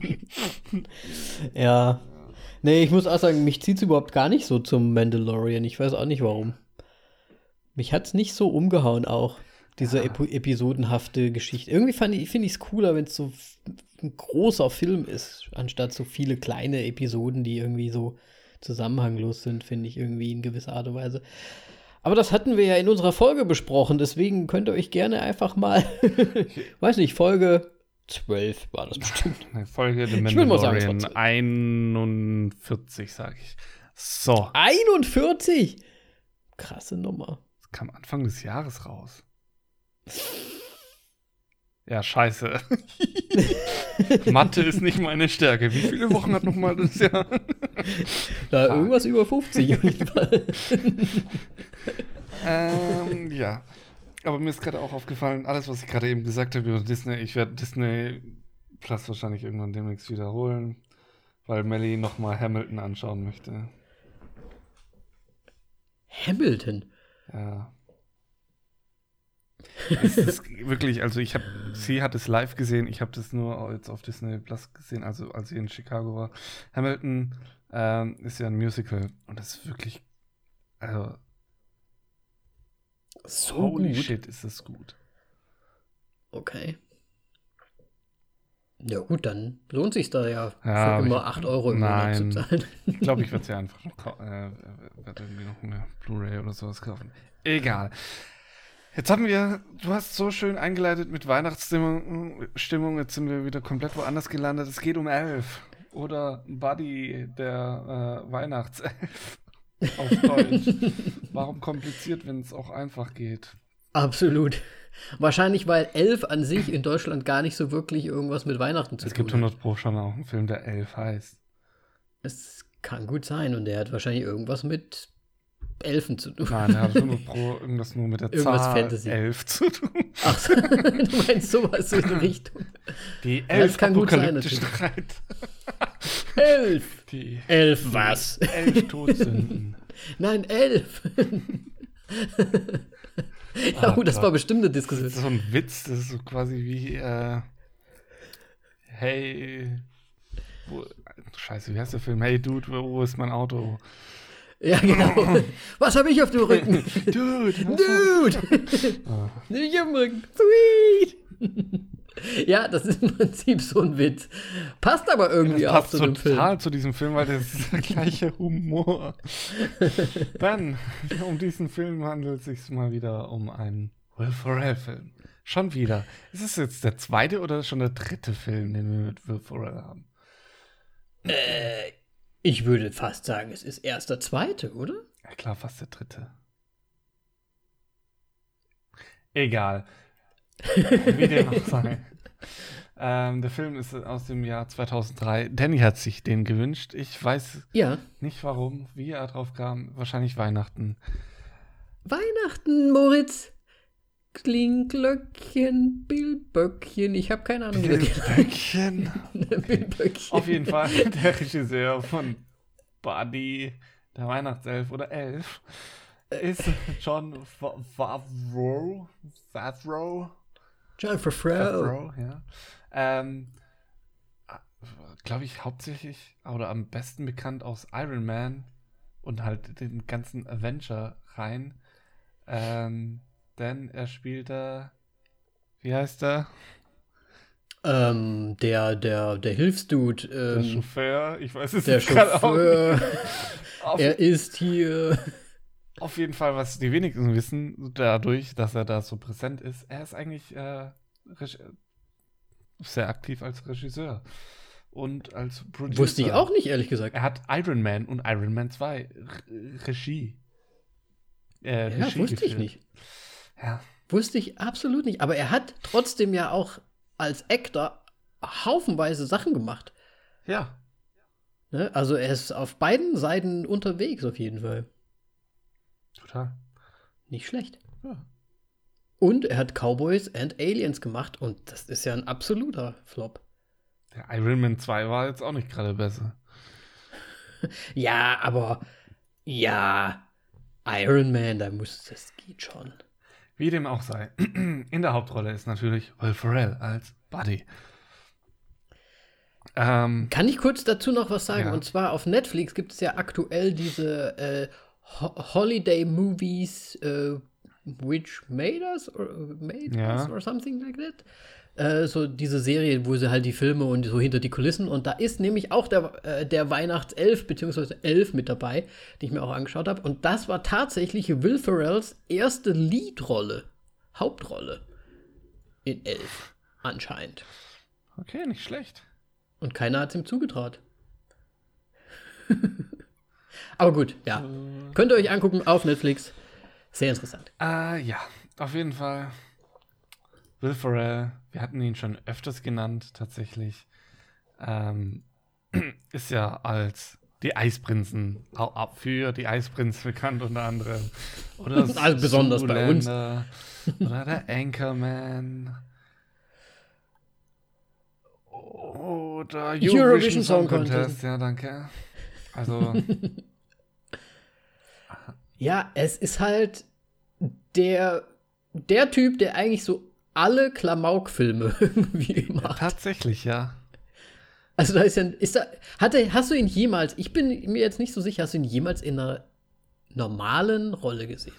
Ja. Nee, ich muss auch sagen, mich zieht es überhaupt gar nicht so zum Mandalorian. Ich weiß auch nicht warum. Mich hat es nicht so umgehauen auch, diese Ja. epi episodenhafte Geschichte. Irgendwie ich, finde ich es cooler, wenn es so ein großer Film ist, anstatt so viele kleine Episoden, die irgendwie so zusammenhanglos sind, finde ich irgendwie in gewisser Art und Weise. Aber das hatten wir ja in unserer Folge besprochen, deswegen könnt ihr euch gerne einfach mal, weiß nicht, Folge zwölf war das bestimmt. Eine Folge The Ich will mal sagen, es war Mandalorian zwölf. einundvierzig, sag ich. So, einundvierzig? Krasse Nummer. Das kam Anfang des Jahres raus. Ja, scheiße. Mathe ist nicht meine Stärke. Wie viele Wochen hat nochmal das Jahr? Da ah. irgendwas über fünfzig auf jeden Fall. ähm, ja. Aber mir ist gerade auch aufgefallen, alles, was ich gerade eben gesagt habe über Disney, ich werde Disney Plus wahrscheinlich irgendwann demnächst wiederholen, weil Melly nochmal Hamilton anschauen möchte. Hamilton? Ja. Es ist wirklich, also ich habe, sie hat es live gesehen, ich habe das nur jetzt auf Disney Plus gesehen, also als sie in Chicago war. Hamilton ähm, ist ja ein Musical und das ist wirklich, also so holy gut. shit, ist das gut. Okay. Ja gut, dann lohnt sich da ja, ja für immer acht Euro im Monat zu zahlen. Ich glaube, ich werde sie einfach noch, äh, werde irgendwie noch eine Blu-ray oder sowas kaufen. Egal. Jetzt haben wir, du hast so schön eingeleitet mit Weihnachtsstimmung, Stimmung, jetzt sind wir wieder komplett woanders gelandet. Es geht um Elf oder Buddy, der äh, Weihnachtself auf Deutsch. Warum kompliziert, wenn es auch einfach geht? Absolut. Wahrscheinlich, weil Elf an sich in Deutschland gar nicht so wirklich irgendwas mit Weihnachten zu tun hat. Es gibt hundert Pro schon auch einen Film, der Elf heißt. Es kann gut sein und der hat wahrscheinlich irgendwas mit Elfen zu tun. Nein, der hat hundert Pro irgendwas nur mit der irgendwas Zahl Fantasy. Elf zu tun. Ach, du meinst sowas in die Richtung. Die Elf kann gut sein, Streit. Elf! Die Elf was? Elf Todsünden. Nein, elf! Ja, oh, das Gott. War bestimmt eine Diskussion. Das ist so ein Witz, das ist so quasi wie, äh, hey, wo, scheiße, wie heißt der Film? Hey Dude, wo ist mein Auto? Ja, genau. Was habe ich auf dem Rücken? Dude! Dude! Oh. Nimm ich am Rücken. Sweet! Ja, das ist im Prinzip so ein Witz. Passt aber irgendwie das auch passt zu dem Film. Total zu diesem Film, weil das ist der gleiche Humor. Dann, um diesen Film handelt es sich mal wieder um einen Will Ferrell-Film. Schon wieder. Ist es jetzt der zweite oder schon der dritte Film, den wir mit Will Ferrell haben? Äh, ich würde fast sagen, es ist erst der zweite, oder? Ja klar, fast der dritte. Egal. Wie dem auch sei. Ähm, der Film ist aus dem Jahr zweitausenddrei. Danny hat sich den gewünscht. Ich weiß ja. nicht warum, wie er drauf kam. Wahrscheinlich Weihnachten. Weihnachten, Moritz. Klingglöckchen, Billböckchen. Ich habe keine Ahnung. Billböckchen. Billböckchen. Auf jeden Fall der Regisseur von Buddy, der Weihnachtself oder Elf, ist John Favreau. Favreau. John Favreau. Favreau, ja. Ähm, glaube ich, hauptsächlich oder am besten bekannt aus Iron Man und halt den ganzen Avenger-Reihen. Ähm, denn er spielt da, wie heißt er? Ähm, der, der, der Hilfsdude. Ähm, der Chauffeur, ich weiß es der nicht gerade Chauffeur. Auf, er ist hier. Auf jeden Fall, was die wenigsten wissen, dadurch, dass er da so präsent ist, er ist eigentlich äh, sehr aktiv als Regisseur und als Producer. Wusste ich auch nicht, ehrlich gesagt. Er hat Iron Man und Iron Man zwei Re- Regie. Äh, ja, Regie wusste geführt. ich nicht. Ja. Wusste ich absolut nicht. Aber er hat trotzdem ja auch als Actor haufenweise Sachen gemacht. Ja. Ne? Also er ist auf beiden Seiten unterwegs, auf jeden Fall. Total. Nicht schlecht. Ja. Und er hat Cowboys and Aliens gemacht und das ist ja ein absoluter Flop. Der Iron Man zwei war jetzt auch nicht gerade besser. Ja, aber ja, Iron Man, da muss, das geht schon. Wie dem auch sei. In der Hauptrolle ist natürlich Will Ferrell als Buddy. Ähm, Kann ich kurz dazu noch was sagen? Ja. Und zwar auf Netflix gibt es ja aktuell diese äh, Ho- Holiday Movies, äh, which made us or made Ja. us or something like that. Äh, so diese Serie, wo sie halt die Filme und so hinter die Kulissen und da ist nämlich auch der, äh, der Weihnachtself beziehungsweise Elf mit dabei, die ich mir auch angeschaut habe. Und das war tatsächlich Will Ferrells erste Leadrolle, Hauptrolle in Elf anscheinend. okay, nicht schlecht. Und keiner hat es ihm zugetraut. Aber gut, ja. Könnt ihr euch angucken auf Netflix. Sehr interessant. Äh, ja, auf jeden Fall. Will Ferrell, wir hatten ihn schon öfters genannt, tatsächlich. Ähm, ist ja als die Eisprinzen, auch auch für die Eisprinzen bekannt unter anderem. Oder Also besonders bei uns. Zoolander oder der Anchorman. Oder Eurovision, Eurovision Song Song Contest. Contest. Ja, danke. Also, Ja, es ist halt der, der Typ, der eigentlich so alle Klamauk-Filme irgendwie macht. tatsächlich, ja. Also da ist ja, ist da, hat er, hast du ihn jemals, ich bin mir jetzt nicht so sicher, hast du ihn jemals in einer normalen Rolle gesehen?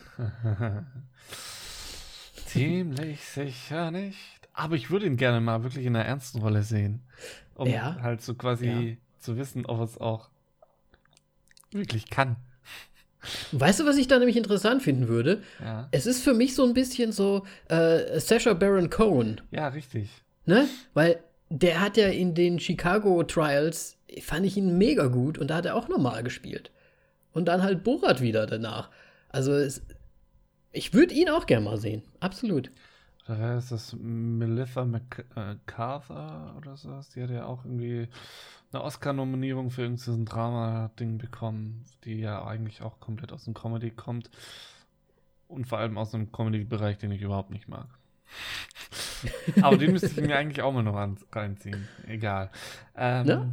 Ziemlich sicher nicht. Aber ich würde ihn gerne mal wirklich in einer ernsten Rolle sehen. Um Ja. halt so quasi Ja. zu wissen, ob er es auch wirklich kann. Weißt du, was ich da nämlich interessant finden würde? Ja, Es ist für mich so ein bisschen so äh, Sacha Baron Cohen, ja, richtig. ne? Weil der hat ja in den Chicago Trials, fand ich ihn mega gut und da hat er auch normal gespielt. Und dann halt Borat wieder danach. Also es, ich würde ihn auch gerne mal sehen, absolut. Oder wer ist das? Melissa McCarthy oder sowas? Die hat ja auch irgendwie eine Oscar-Nominierung für irgendein Drama-Ding bekommen, die ja eigentlich auch komplett aus dem Comedy kommt. Und vor allem aus einem Comedy-Bereich, den ich überhaupt nicht mag. Aber den müsste ich mir eigentlich auch mal noch an- reinziehen. Egal. Ähm, Ne?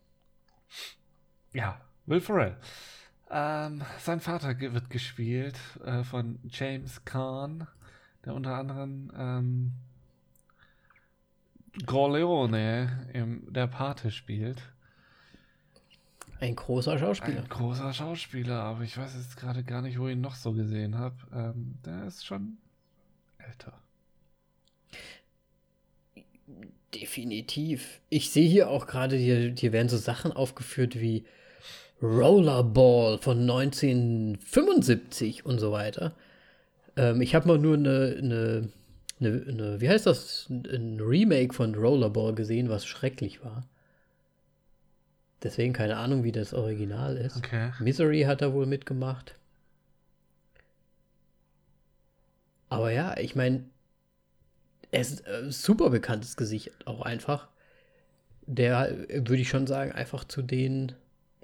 Ja, Will Ferrell. Ähm, sein Vater ge- wird gespielt äh, von James Caan, der unter anderem ähm, Corleone im Der Pate spielt. Ein großer Schauspieler. Ein großer Schauspieler, aber ich weiß jetzt gerade gar nicht, wo ich ihn noch so gesehen habe. Ähm, der ist schon älter. Definitiv. Ich sehe hier auch gerade, hier, hier werden so Sachen aufgeführt wie Rollerball von neunzehnhundertfünfundsiebzig und so weiter. Ähm, ich habe mal nur eine, eine, eine, eine, wie heißt das, ein Remake von Rollerball gesehen, was schrecklich war. Deswegen keine Ahnung, wie das Original ist. Okay. Misery hat er wohl mitgemacht. Aber ja, ich meine, er ist ein super bekanntes Gesicht auch einfach. Der, äh, würde ich schon sagen, einfach zu den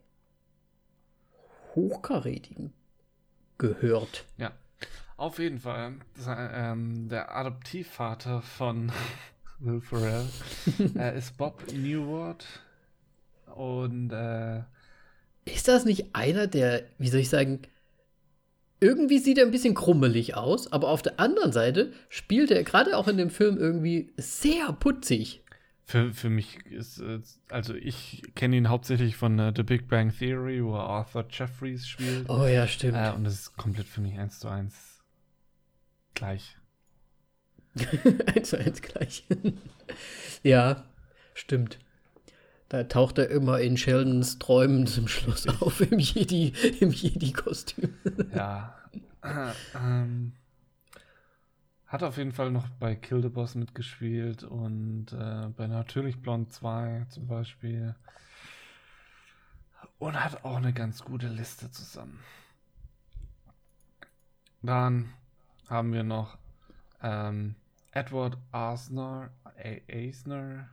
Hochkarätigen gehört. Ja, auf jeden Fall. Se- ähm, der Adoptivvater von Will Ferrell äh, ist Bob Newhart. Und äh, Ist das nicht einer, der, wie soll ich sagen, irgendwie sieht er ein bisschen krummelig aus, aber auf der anderen Seite spielt er gerade auch in dem Film irgendwie sehr putzig. für, für mich ist, äh, also ich kenne ihn hauptsächlich von äh, The Big Bang Theory, wo er Arthur Jeffries spielt. Oh ja, stimmt. Äh, und das ist komplett für mich eins zu eins gleich. Eins zu eins gleich. Ja, stimmt. Da taucht er immer in Sheldons Träumen zum Schluss auf im Jedi, im Jedi-Kostüm. Ja. ähm, hat auf jeden Fall noch bei Kill the Boss mitgespielt und äh, bei Natürlich Blond zwei zum Beispiel. Und hat auch eine ganz gute Liste zusammen. Dann haben wir noch ähm, Edward Asner, A- Asner,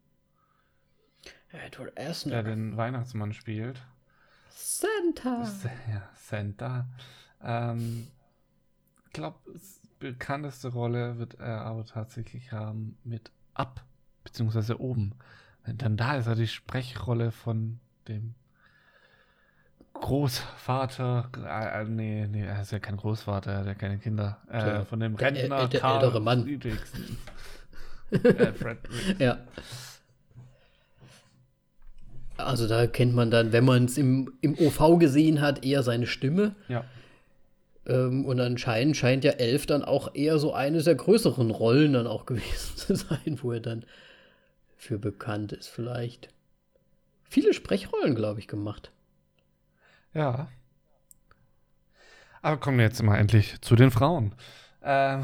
Edward der Asner. den Weihnachtsmann spielt. Santa. Ja, Santa. Ähm, ich glaube, bekannteste Rolle wird er aber tatsächlich haben mit Up, beziehungsweise oben. Denn da ist er die Sprechrolle von dem Großvater. Äh, äh, nee, nee, er ist ja kein Großvater, er hat ja keine Kinder. Äh, Der- von dem der Rentner äl- der Karl ältere Mann. Friedrichsen. äh, Frederick. Ja. Also da kennt man dann, wenn man es im, im O V gesehen hat, eher seine Stimme. Ja. Ähm, und anscheinend scheint ja Elf dann auch eher so eine der größeren Rollen dann auch gewesen zu sein, wo er dann für bekannt ist vielleicht. Viele Sprechrollen, glaube ich, gemacht. Ja. Aber kommen wir jetzt mal endlich zu den Frauen. Ähm,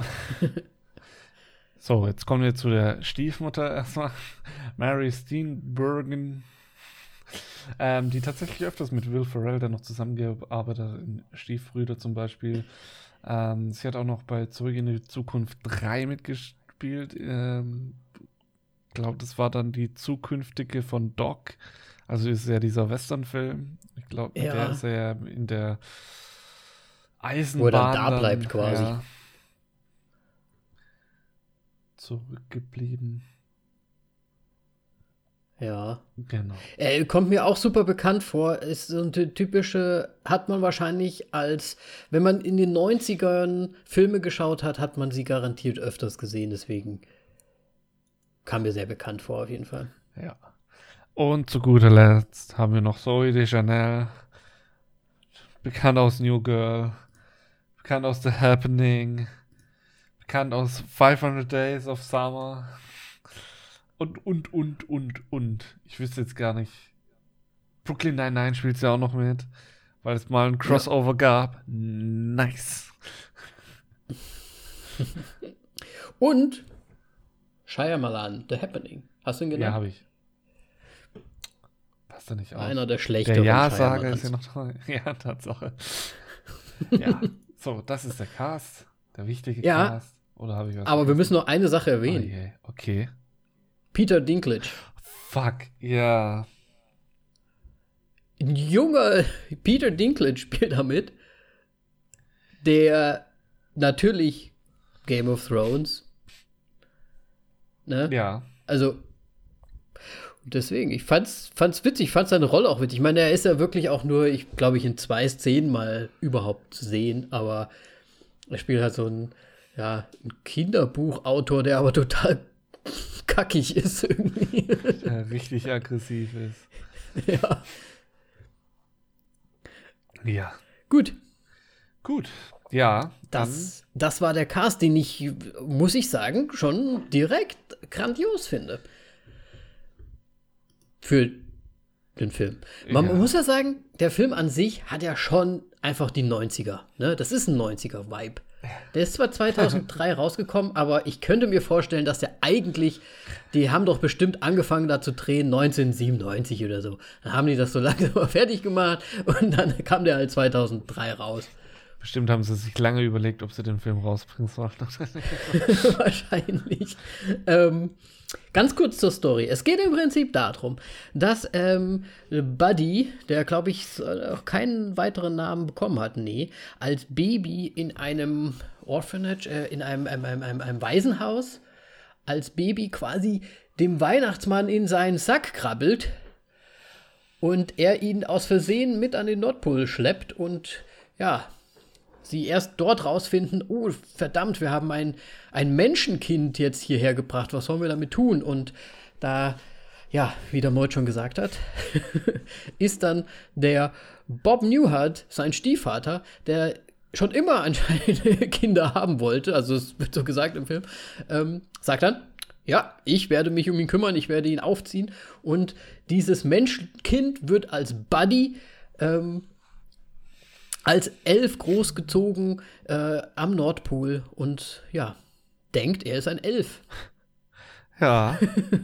so, jetzt kommen wir zu der Stiefmutter erstmal. Mary Steenburgen. Ähm, die tatsächlich öfters mit Will Ferrell dann noch zusammengearbeitet hat, in Stiefbrüder zum Beispiel. Ähm, sie hat auch noch bei Zurück in die Zukunft drei mitgespielt. Ähm, ich glaube, das war dann die zukünftige von Doc. Also ist ja dieser Western-Film. Ich glaube, Ja. der ist ja in der Eisenbahn. Wo er dann da dann, bleibt quasi. Ja, zurückgeblieben. Ja. Genau. Er kommt mir auch super bekannt vor. Ist so eine typische, hat man wahrscheinlich als, wenn man in den neunzigern Filme geschaut hat, hat man sie garantiert öfters gesehen. Deswegen kam mir sehr bekannt vor, auf jeden Fall. Ja. Und zu guter Letzt haben wir noch Zooey Deschanel, bekannt aus New Girl, bekannt aus The Happening, bekannt aus fünfhundert Days of Summer und, und, und, und, und. Ich wüsste jetzt gar nicht. Brooklyn Nine-Nine spielt sie auch noch mit, weil es mal ein Crossover ja. gab. Nice. Und Shyamalan, The Happening. Hast du ihn genannt? Ja, habe ich. Passt da nicht auf. Einer der schlechteren. Der Ja-Sager ist ja noch toll. Ja, Tatsache. Ja, so, das ist der Cast. Der wichtige ja, Cast. Oder habe ich was aber vergessen? Wir müssen noch eine Sache erwähnen. Oh je, okay. Peter Dinklage. Fuck, ja. Ein junger Peter Dinklage spielt damit, der natürlich Game of Thrones. Ne? Ja. Also, deswegen, ich fand's, fand's witzig, ich fand seine Rolle auch witzig. Ich meine, er ist ja wirklich auch nur, ich glaube, ich in zwei Szenen mal überhaupt zu sehen, aber er spielt halt so ein, ja, ein Kinderbuchautor, der aber total kackig ist irgendwie. Ja, richtig aggressiv ist. Ja. Ja. Gut. Gut. Ja. Das, das war der Cast, den ich, muss ich sagen, schon direkt grandios finde. Für den Film. Man ja. muss ja sagen, der Film an sich hat ja schon einfach die neunziger. Ne? Das ist ein neunziger-Vibe. Der ist zwar zweitausenddrei rausgekommen, aber ich könnte mir vorstellen, dass der eigentlich, die haben doch bestimmt angefangen da zu drehen, neunzehnhundertsiebenundneunzig oder so. Dann haben die das so langsam fertig gemacht und dann kam der halt zweitausenddrei raus. Bestimmt haben sie sich lange überlegt, ob sie den Film rausbringen sollen. Wahrscheinlich. Ähm, ganz kurz zur Story. Es geht im Prinzip darum, dass ähm, Buddy, der, glaube ich, auch keinen weiteren Namen bekommen hat, nee, als Baby in einem Orphanage, äh, in einem, einem, einem, einem, einem Waisenhaus, als Baby quasi dem Weihnachtsmann in seinen Sack krabbelt und er ihn aus Versehen mit an den Nordpol schleppt und ja, sie erst dort rausfinden, oh, verdammt, wir haben ein, ein Menschenkind jetzt hierher gebracht, was sollen wir damit tun? Und da, ja, wie der Mold schon gesagt hat, ist dann der Bob Newhart, sein Stiefvater, der schon immer anscheinend Kinder haben wollte, also es wird so gesagt im Film, ähm, sagt dann, ja, ich werde mich um ihn kümmern, ich werde ihn aufziehen und dieses Menschenkind wird als Buddy ähm, als Elf großgezogen äh, am Nordpol und ja, denkt, er ist ein Elf. Ja.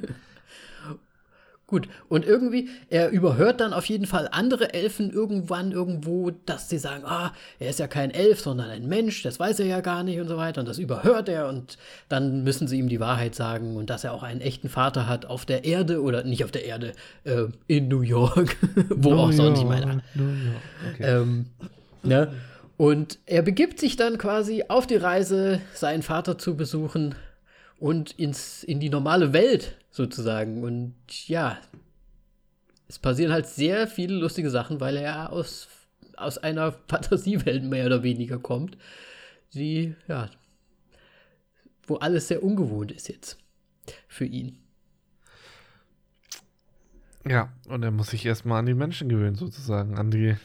Gut, und irgendwie, er überhört dann auf jeden Fall andere Elfen irgendwann irgendwo, dass sie sagen, ah, er ist ja kein Elf, sondern ein Mensch, das weiß er ja gar nicht und so weiter. Und das überhört er und dann müssen sie ihm die Wahrheit sagen und dass er auch einen echten Vater hat auf der Erde oder nicht auf der Erde, äh, in New York, wo New auch sonst, ich York, meine. New York. Okay. Ähm, ne? Und er begibt sich dann quasi auf die Reise, seinen Vater zu besuchen und ins, in die normale Welt sozusagen. Und ja, es passieren halt sehr viele lustige Sachen, weil er ja aus, aus einer Fantasiewelt mehr oder weniger kommt, die, ja, wo alles sehr ungewohnt ist jetzt für ihn. Ja, und er muss sich erstmal an die Menschen gewöhnen, sozusagen, an die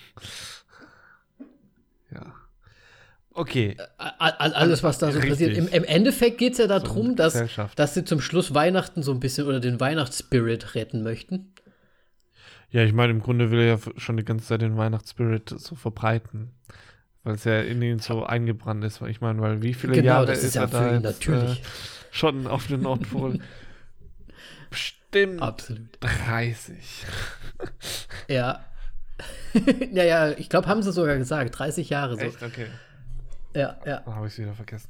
ja. Okay. Alles, was da so Richtig. passiert. Im, Im Endeffekt geht es ja darum, so dass, dass sie zum Schluss Weihnachten so ein bisschen oder den Weihnachtsspirit retten möchten. Ja, ich meine, im Grunde will er ja schon die ganze Zeit den Weihnachtsspirit so verbreiten. Weil es ja in ihn so eingebrannt ist. Ich meine, weil wie viele genau, Jahre das ist, ist ja er für da ihn jetzt, natürlich. Äh, schon auf den Nordpol? Bestimmt Absolut. dreißig. Ja. Naja, ich glaube, haben sie sogar gesagt, dreißig Jahre so. Echt? Okay. ja, ja. Da habe ich es wieder vergessen.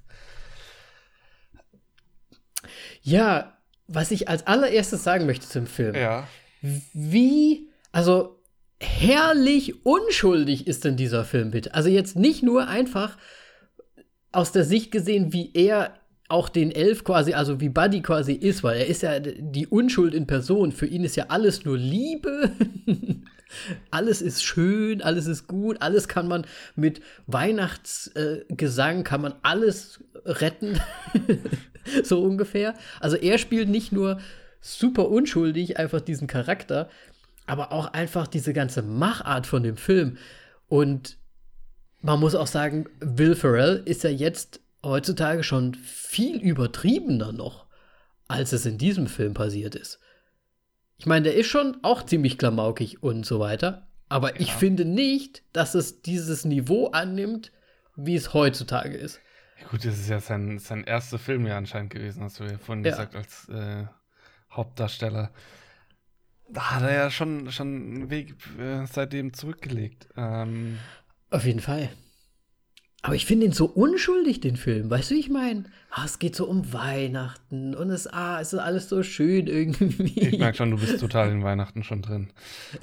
Ja, was ich als allererstes sagen möchte zum Film. Ja. Wie, also herrlich unschuldig ist denn dieser Film bitte? Also jetzt nicht nur einfach aus der Sicht gesehen, wie er auch den Elf quasi, also wie Buddy quasi ist, weil er ist ja die Unschuld in Person. Für ihn ist ja alles nur Liebe. Alles ist schön, alles ist gut, alles kann man mit Weihnachtsgesang, äh, kann man alles retten. So ungefähr. Also er spielt nicht nur super unschuldig, einfach diesen Charakter, aber auch einfach diese ganze Machart von dem Film. Und man muss auch sagen, Will Ferrell ist ja jetzt heutzutage schon viel übertriebener noch, als es in diesem Film passiert ist. Ich meine, der ist schon auch ziemlich klamaukig und so weiter, aber ja. Ich finde nicht, dass es dieses Niveau annimmt, wie es heutzutage ist. Ja, gut, das ist ja sein, sein erster Film ja anscheinend gewesen, hast du ja vorhin ja. gesagt, als äh, Hauptdarsteller. Da hat er ja schon, schon einen Weg äh, seitdem zurückgelegt. Ähm, Auf jeden Fall. Aber ich finde ihn so unschuldig, den Film. Weißt du, wie ich meine? Ah, es geht so um Weihnachten und es, ah, es ist alles so schön irgendwie. Ich merke schon, du bist total in Weihnachten schon drin.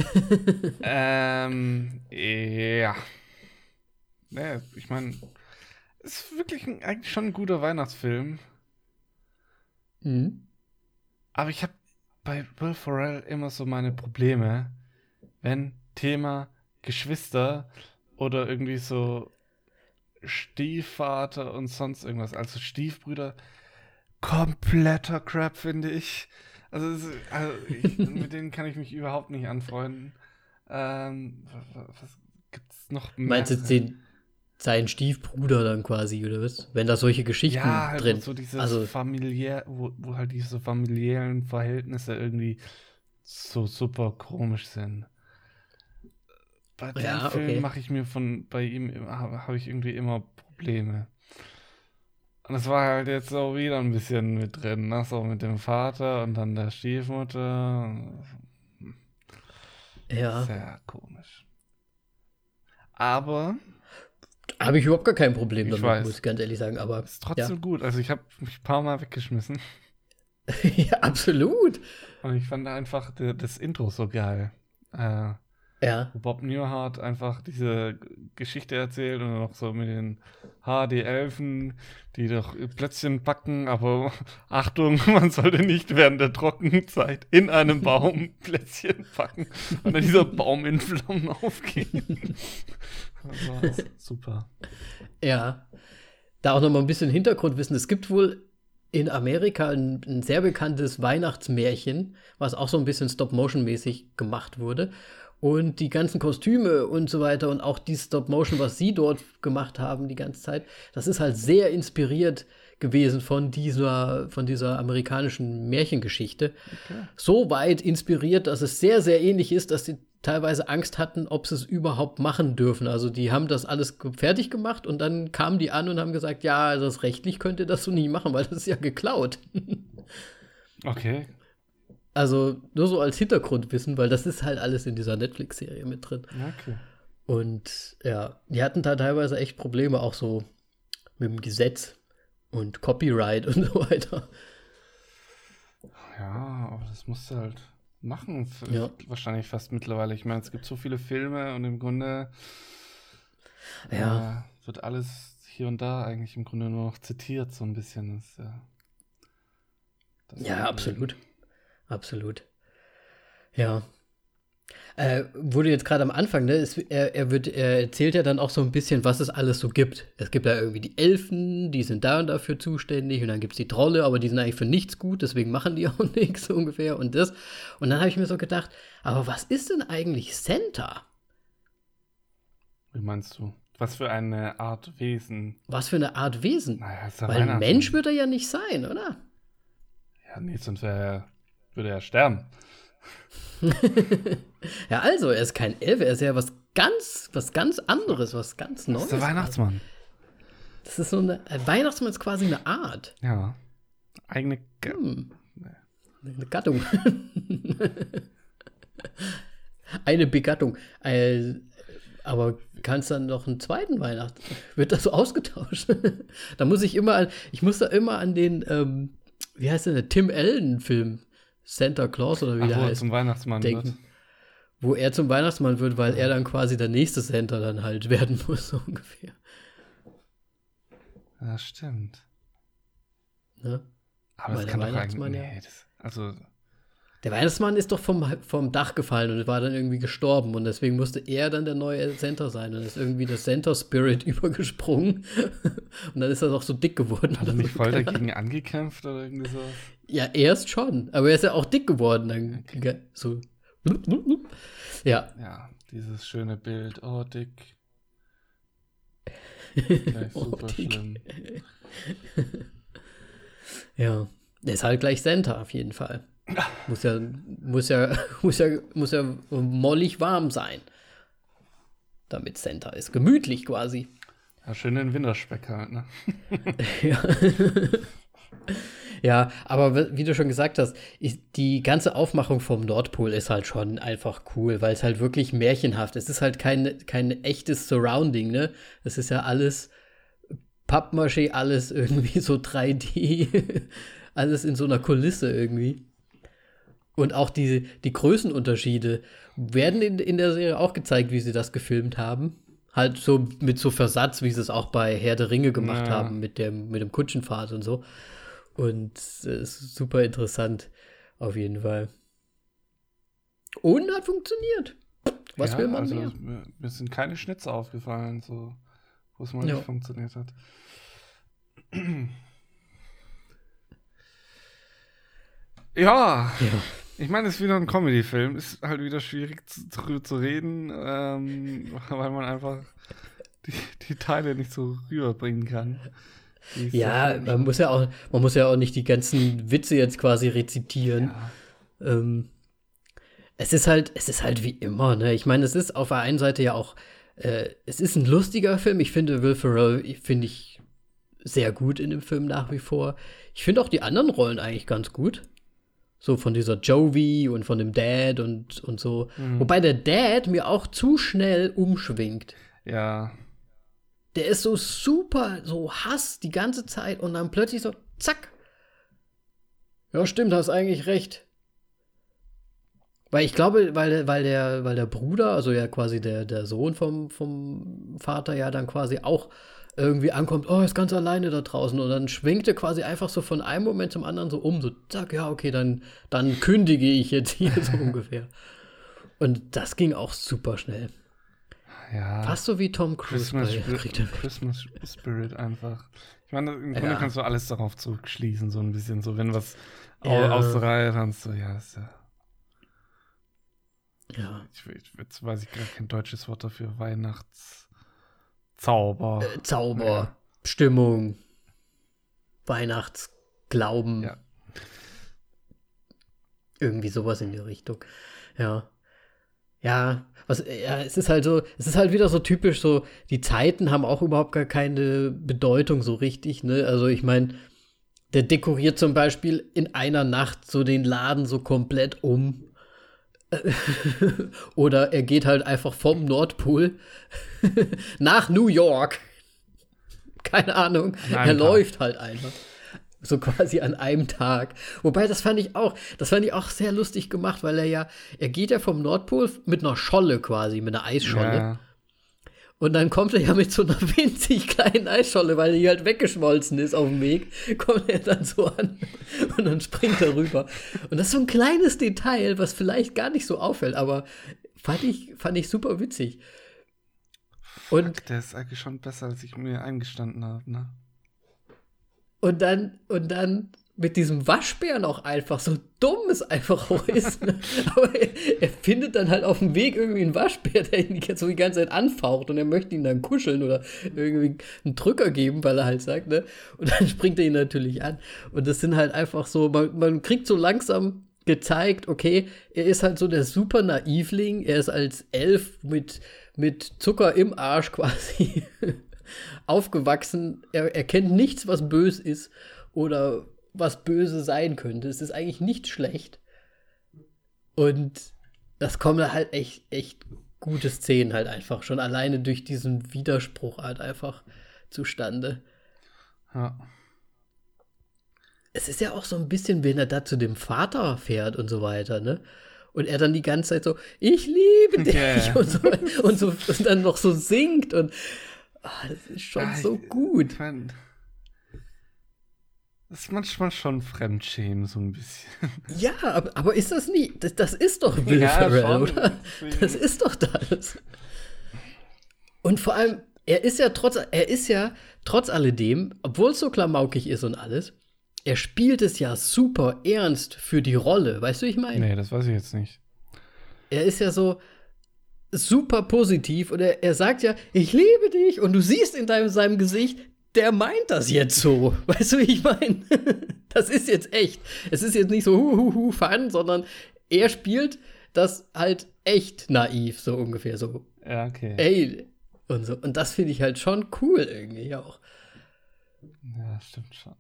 ähm, ja. Ja, ich meine, es ist wirklich ein, eigentlich schon ein guter Weihnachtsfilm. Mhm. Aber ich habe bei Will Ferrell immer so meine Probleme, wenn Thema Geschwister oder irgendwie so Stiefvater und sonst irgendwas, also Stiefbrüder, kompletter Crap, finde ich. Also, es, also ich, mit denen kann ich mich überhaupt nicht anfreunden. Ähm, was, was gibt's noch mehr? Meinst du jetzt den, seinen Stiefbruder dann quasi, oder was? Wenn da solche Geschichten ja, halt drin so dieses also, familiär, wo, wo halt diese familiären Verhältnisse irgendwie so super komisch sind. Bei dem ja, Film okay. mache ich mir von, bei ihm habe hab ich irgendwie immer Probleme. Und das war halt jetzt auch wieder ein bisschen mit drin, ne? So mit dem Vater und dann der Stiefmutter. Ja. Sehr komisch. Aber habe ich überhaupt gar kein Problem ich damit, weiß. muss ich ganz ehrlich sagen. Aber ist trotzdem ja. gut. Also ich habe mich ein paar Mal weggeschmissen. Ja, absolut. Und ich fand einfach de, das Intro so geil. Äh, Ja. Wo Bob Newhart einfach diese Geschichte erzählt und noch so mit den H D-Elfen, die doch Plätzchen backen, aber Achtung, man sollte nicht während der Trockenzeit in einem Baum Plätzchen backen und dann dieser Baum in Flammen aufgeht. Das war super. Ja. Da auch noch mal ein bisschen Hintergrundwissen. Es gibt wohl in Amerika ein, ein sehr bekanntes Weihnachtsmärchen, was auch so ein bisschen Stop-Motion-mäßig gemacht wurde. Und die ganzen Kostüme und so weiter und auch die Stop-Motion, was sie dort gemacht haben die ganze Zeit, das ist halt sehr inspiriert gewesen von dieser, von dieser amerikanischen Märchengeschichte. Okay. So weit inspiriert, dass es sehr, sehr ähnlich ist, dass sie teilweise Angst hatten, ob sie es überhaupt machen dürfen. Also die haben das alles fertig gemacht und dann kamen die an und haben gesagt, ja, das rechtlich könnt ihr das so nicht machen, weil das ist ja geklaut. Okay. Also nur so als Hintergrundwissen, weil das ist halt alles in dieser Netflix-Serie mit drin. Okay. Und ja, die hatten da teilweise echt Probleme, auch so mit dem Gesetz und Copyright und so weiter. Ja, aber das musst du halt machen. F- Ja. Wahrscheinlich fast mittlerweile. Ich meine, es gibt so viele Filme und im Grunde Ja. äh, wird alles hier und da eigentlich im Grunde nur noch zitiert, so ein bisschen. Das, ist ja, das Ja, absolut. Absolut. Ja. Äh, wurde jetzt gerade am Anfang, ne? Es, er, er, wird, er erzählt ja dann auch so ein bisschen, was es alles so gibt. Es gibt ja irgendwie die Elfen, die sind da und dafür zuständig. Und dann gibt es die Trolle, aber die sind eigentlich für nichts gut, deswegen machen die auch nichts so ungefähr. Und das. Und dann habe ich mir so gedacht, aber was ist denn eigentlich Santa? Wie meinst du? Was für eine Art Wesen? Was für eine Art Wesen? Naja, ist ja Weil ein Weihnachten. Mensch wird er ja nicht sein, oder? Ja, nee, sonst wäre würde er sterben. Ja, also, er ist kein Elf, er ist ja was ganz, was ganz anderes, was ganz Neues. Das ist der Weihnachtsmann. Das ist so eine, ein Weihnachtsmann ist quasi eine Art. Ja. Eigene G- Hm. Eine Gattung. Eine Begattung. Äh, aber kannst dann noch einen zweiten Weihnachten. Wird das so ausgetauscht? Da muss ich immer an, ich muss da immer an den, ähm, wie heißt der, der Tim Allen-Film, Santa Claus oder wie Ach, der wo er heißt, zum Weihnachtsmann denken. wird. Wo er zum Weihnachtsmann wird, weil er dann quasi der nächste Santa dann halt werden muss, so ungefähr. Ja, stimmt. Ne? Aber das Weil kann der doch eigentlich, Weihnachtsmann, ja. nee, das, also, Der Weihnachtsmann ist doch vom, vom Dach gefallen und war dann irgendwie gestorben und deswegen musste er dann der neue Santa sein und ist irgendwie der Santa-Spirit übergesprungen und dann ist er doch so dick geworden. hat er oder nicht so, voll keine dagegen angekämpft oder irgendwie so? Ja, erst schon, aber er ist ja auch dick geworden. Dann ge- so. Ja. Ja, dieses schöne Bild. Oh, dick. Gleich Oh, super dick. schlimm. Ja. Der ist halt gleich Santa auf jeden Fall. Muss ja, muss ja, muss ja, muss ja mollig warm sein. Damit Santa ist. Gemütlich quasi. Ja, schön den Winterspeck halt, ne? Ja. Ja, aber wie du schon gesagt hast, ich, die ganze Aufmachung vom Nordpol ist halt schon einfach cool, weil es halt wirklich märchenhaft ist. Es ist halt kein, kein echtes Surrounding, ne? Es ist ja alles Pappmaché, alles irgendwie so drei D, alles in so einer Kulisse irgendwie. Und auch die, die Größenunterschiede werden in, in der Serie auch gezeigt, wie sie das gefilmt haben. Halt so mit so Versatz, wie sie es auch bei Herr der Ringe gemacht Ja. haben, mit dem, mit dem Kutschenpfad und so. Und es ist super interessant, auf jeden Fall. Und hat funktioniert. Was ja, will man also, mehr? Mir, mir sind keine Schnitze aufgefallen, so, wo es mal Ja. nicht funktioniert hat. Ja, Ja. ich meine, es ist wieder ein Comedy-Film. Ist halt wieder schwierig zu, drüber zu reden, ähm, weil man einfach die, die Teile nicht so rüberbringen kann. wie es Ja, der Film man schon- muss ja auch, man muss ja auch nicht die ganzen Witze jetzt quasi rezitieren. Ja. Ähm, es ist halt, es ist halt wie immer, ne? Ich meine, es ist auf der einen Seite ja auch, äh, es ist ein lustiger Film. Ich finde Will Ferrell, ich- finde ich sehr gut in dem Film nach wie vor. Ich finde auch die anderen Rollen eigentlich ganz gut. So von dieser Jovi und von dem Dad und, und so. Mhm. Wobei der Dad mir auch zu schnell umschwingt. Ja, Der ist so super, so Hass die ganze Zeit und dann plötzlich so, zack. Ja, stimmt, hast eigentlich recht. Weil ich glaube, weil, weil, der, weil der Bruder, also ja quasi der, der Sohn vom, vom Vater ja dann quasi auch irgendwie ankommt, oh, er ist ganz alleine da draußen. Und dann schwingt er quasi einfach so von einem Moment zum anderen so um, so zack, ja, okay, dann, dann kündige ich jetzt hier so ungefähr. Und das ging auch super schnell. ja. Fast so wie Tom Cruise Christmas, bei Spirit, Krieg der Christmas Spirit einfach. Ich meine, im Grunde Ja. kannst du alles darauf zurückschließen, so ein bisschen. So, wenn was au- Ja. aus der Reihe tanzt, so, ja, ist ja. Ja. Ich, ich, jetzt weiß ich gar kein deutsches Wort dafür. Weihnachtszauber. Äh, Zauber, Ja. Stimmung, Weihnachtsglauben. Ja. Irgendwie sowas in die Richtung. Ja. Ja, was, ja, es ist halt so, es ist halt wieder so typisch, so, die Zeiten haben auch überhaupt gar keine Bedeutung so richtig, ne? Also ich meine, der dekoriert zum Beispiel in einer Nacht so den Laden so komplett um. Oder er geht halt einfach vom Nordpol nach New York. Keine Ahnung. An Er einem Tag. läuft halt einfach. So quasi an einem Tag. Wobei, das fand ich auch, das fand ich auch sehr lustig gemacht, weil er ja, er geht ja vom Nordpol mit einer Scholle quasi, mit einer Eisscholle. Ja. Und dann kommt er ja mit so einer winzig kleinen Eisscholle, weil die halt weggeschmolzen ist auf dem Weg, kommt er dann so an und dann springt er rüber. Und das ist so ein kleines Detail, was vielleicht gar nicht so auffällt, aber fand ich, fand ich super witzig. Und, Fuck, der ist eigentlich schon besser, als ich mir eingestanden habe, ne? und dann, und dann mit diesem Waschbären auch einfach, so dumm es einfach auch ist. Ne? Aber er, er findet dann halt auf dem Weg irgendwie einen Waschbär, der ihn jetzt so die ganze Zeit anfaucht und er möchte ihn dann kuscheln oder irgendwie einen Drücker geben, weil er halt sagt, ne? Und dann springt er ihn natürlich an. Und das sind halt einfach so, man, man kriegt so langsam gezeigt, okay, er ist halt so der super Naivling, er ist als Elf mit, mit Zucker im Arsch quasi aufgewachsen. Er, er kennt nichts, was böse ist oder was böse sein könnte. Es ist eigentlich nicht schlecht. Und das kommt halt echt, echt gute Szenen halt einfach. Schon alleine durch diesen Widerspruch halt einfach zustande. Ja. Es ist ja auch so ein bisschen, wenn er da zu dem Vater fährt und so weiter, ne? Und er dann die ganze Zeit so, ich liebe dich Yeah. und, so, und so und dann noch so singt und ah, das ist schon Ah, so ich- gut. Ich mein, das ist manchmal schon Fremdschämen, so ein bisschen. Ja, aber, aber ist das nie? Das, das ist doch Will Ja, Ferrell, schon. oder? Deswegen- Das ist doch das. Und vor allem, er ist ja trotz, er ist ja trotz alledem, obwohl es so klamaukig ist und alles, er spielt es ja super ernst für die Rolle. Weißt du, wie ich meine? Nee, das weiß ich jetzt nicht. Er ist ja so super positiv und er, er sagt ja, ich liebe dich. Und du siehst in deinem, seinem Gesicht, der meint das jetzt so. Weißt du, wie ich meine? Das ist jetzt echt. Es ist jetzt nicht so hu, hu, hu, fun, sondern er spielt das halt echt naiv, so ungefähr so. Ja, okay. Ey, und so. Und das finde ich halt schon cool irgendwie auch. Ja, stimmt schon.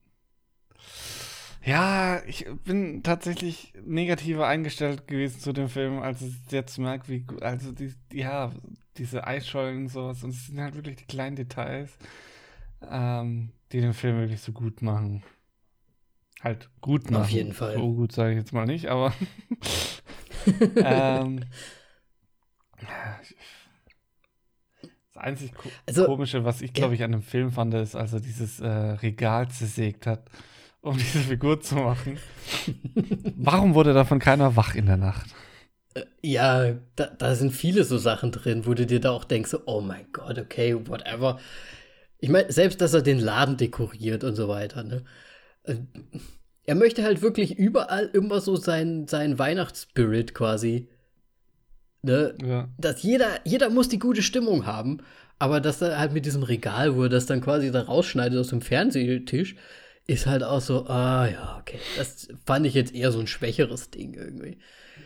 Ja, ich bin tatsächlich negativer eingestellt gewesen zu dem Film, als ich jetzt merke, wie gut, also die, ja, diese Eisschollen und sowas, und es sind halt wirklich die kleinen Details, ähm, die den Film wirklich so gut machen. Halt gut machen. Auf jeden Fall. So gut sage ich jetzt mal nicht, aber ähm, ja, ich- das einzig ko Also, Komische, was ich, glaube ich, an dem Film fand, ist, als er dieses äh, Regal zersägt hat, um diese Figur zu machen. Warum wurde davon keiner wach in der Nacht? Ja, da, da sind viele so Sachen drin, wo du dir da auch denkst, so, oh mein Gott, okay, whatever. Ich meine, selbst, dass er den Laden dekoriert und so weiter, ne? Äh, Er möchte halt wirklich überall immer so seinen, seinen Weihnachtsspirit quasi, ne? Ja. Dass jeder, jeder muss die gute Stimmung haben, aber dass er halt mit diesem Regal, wo er das dann quasi da rausschneidet aus dem Fernsehtisch, ist halt auch so, ah ja, okay. Das fand ich jetzt eher so ein schwächeres Ding irgendwie.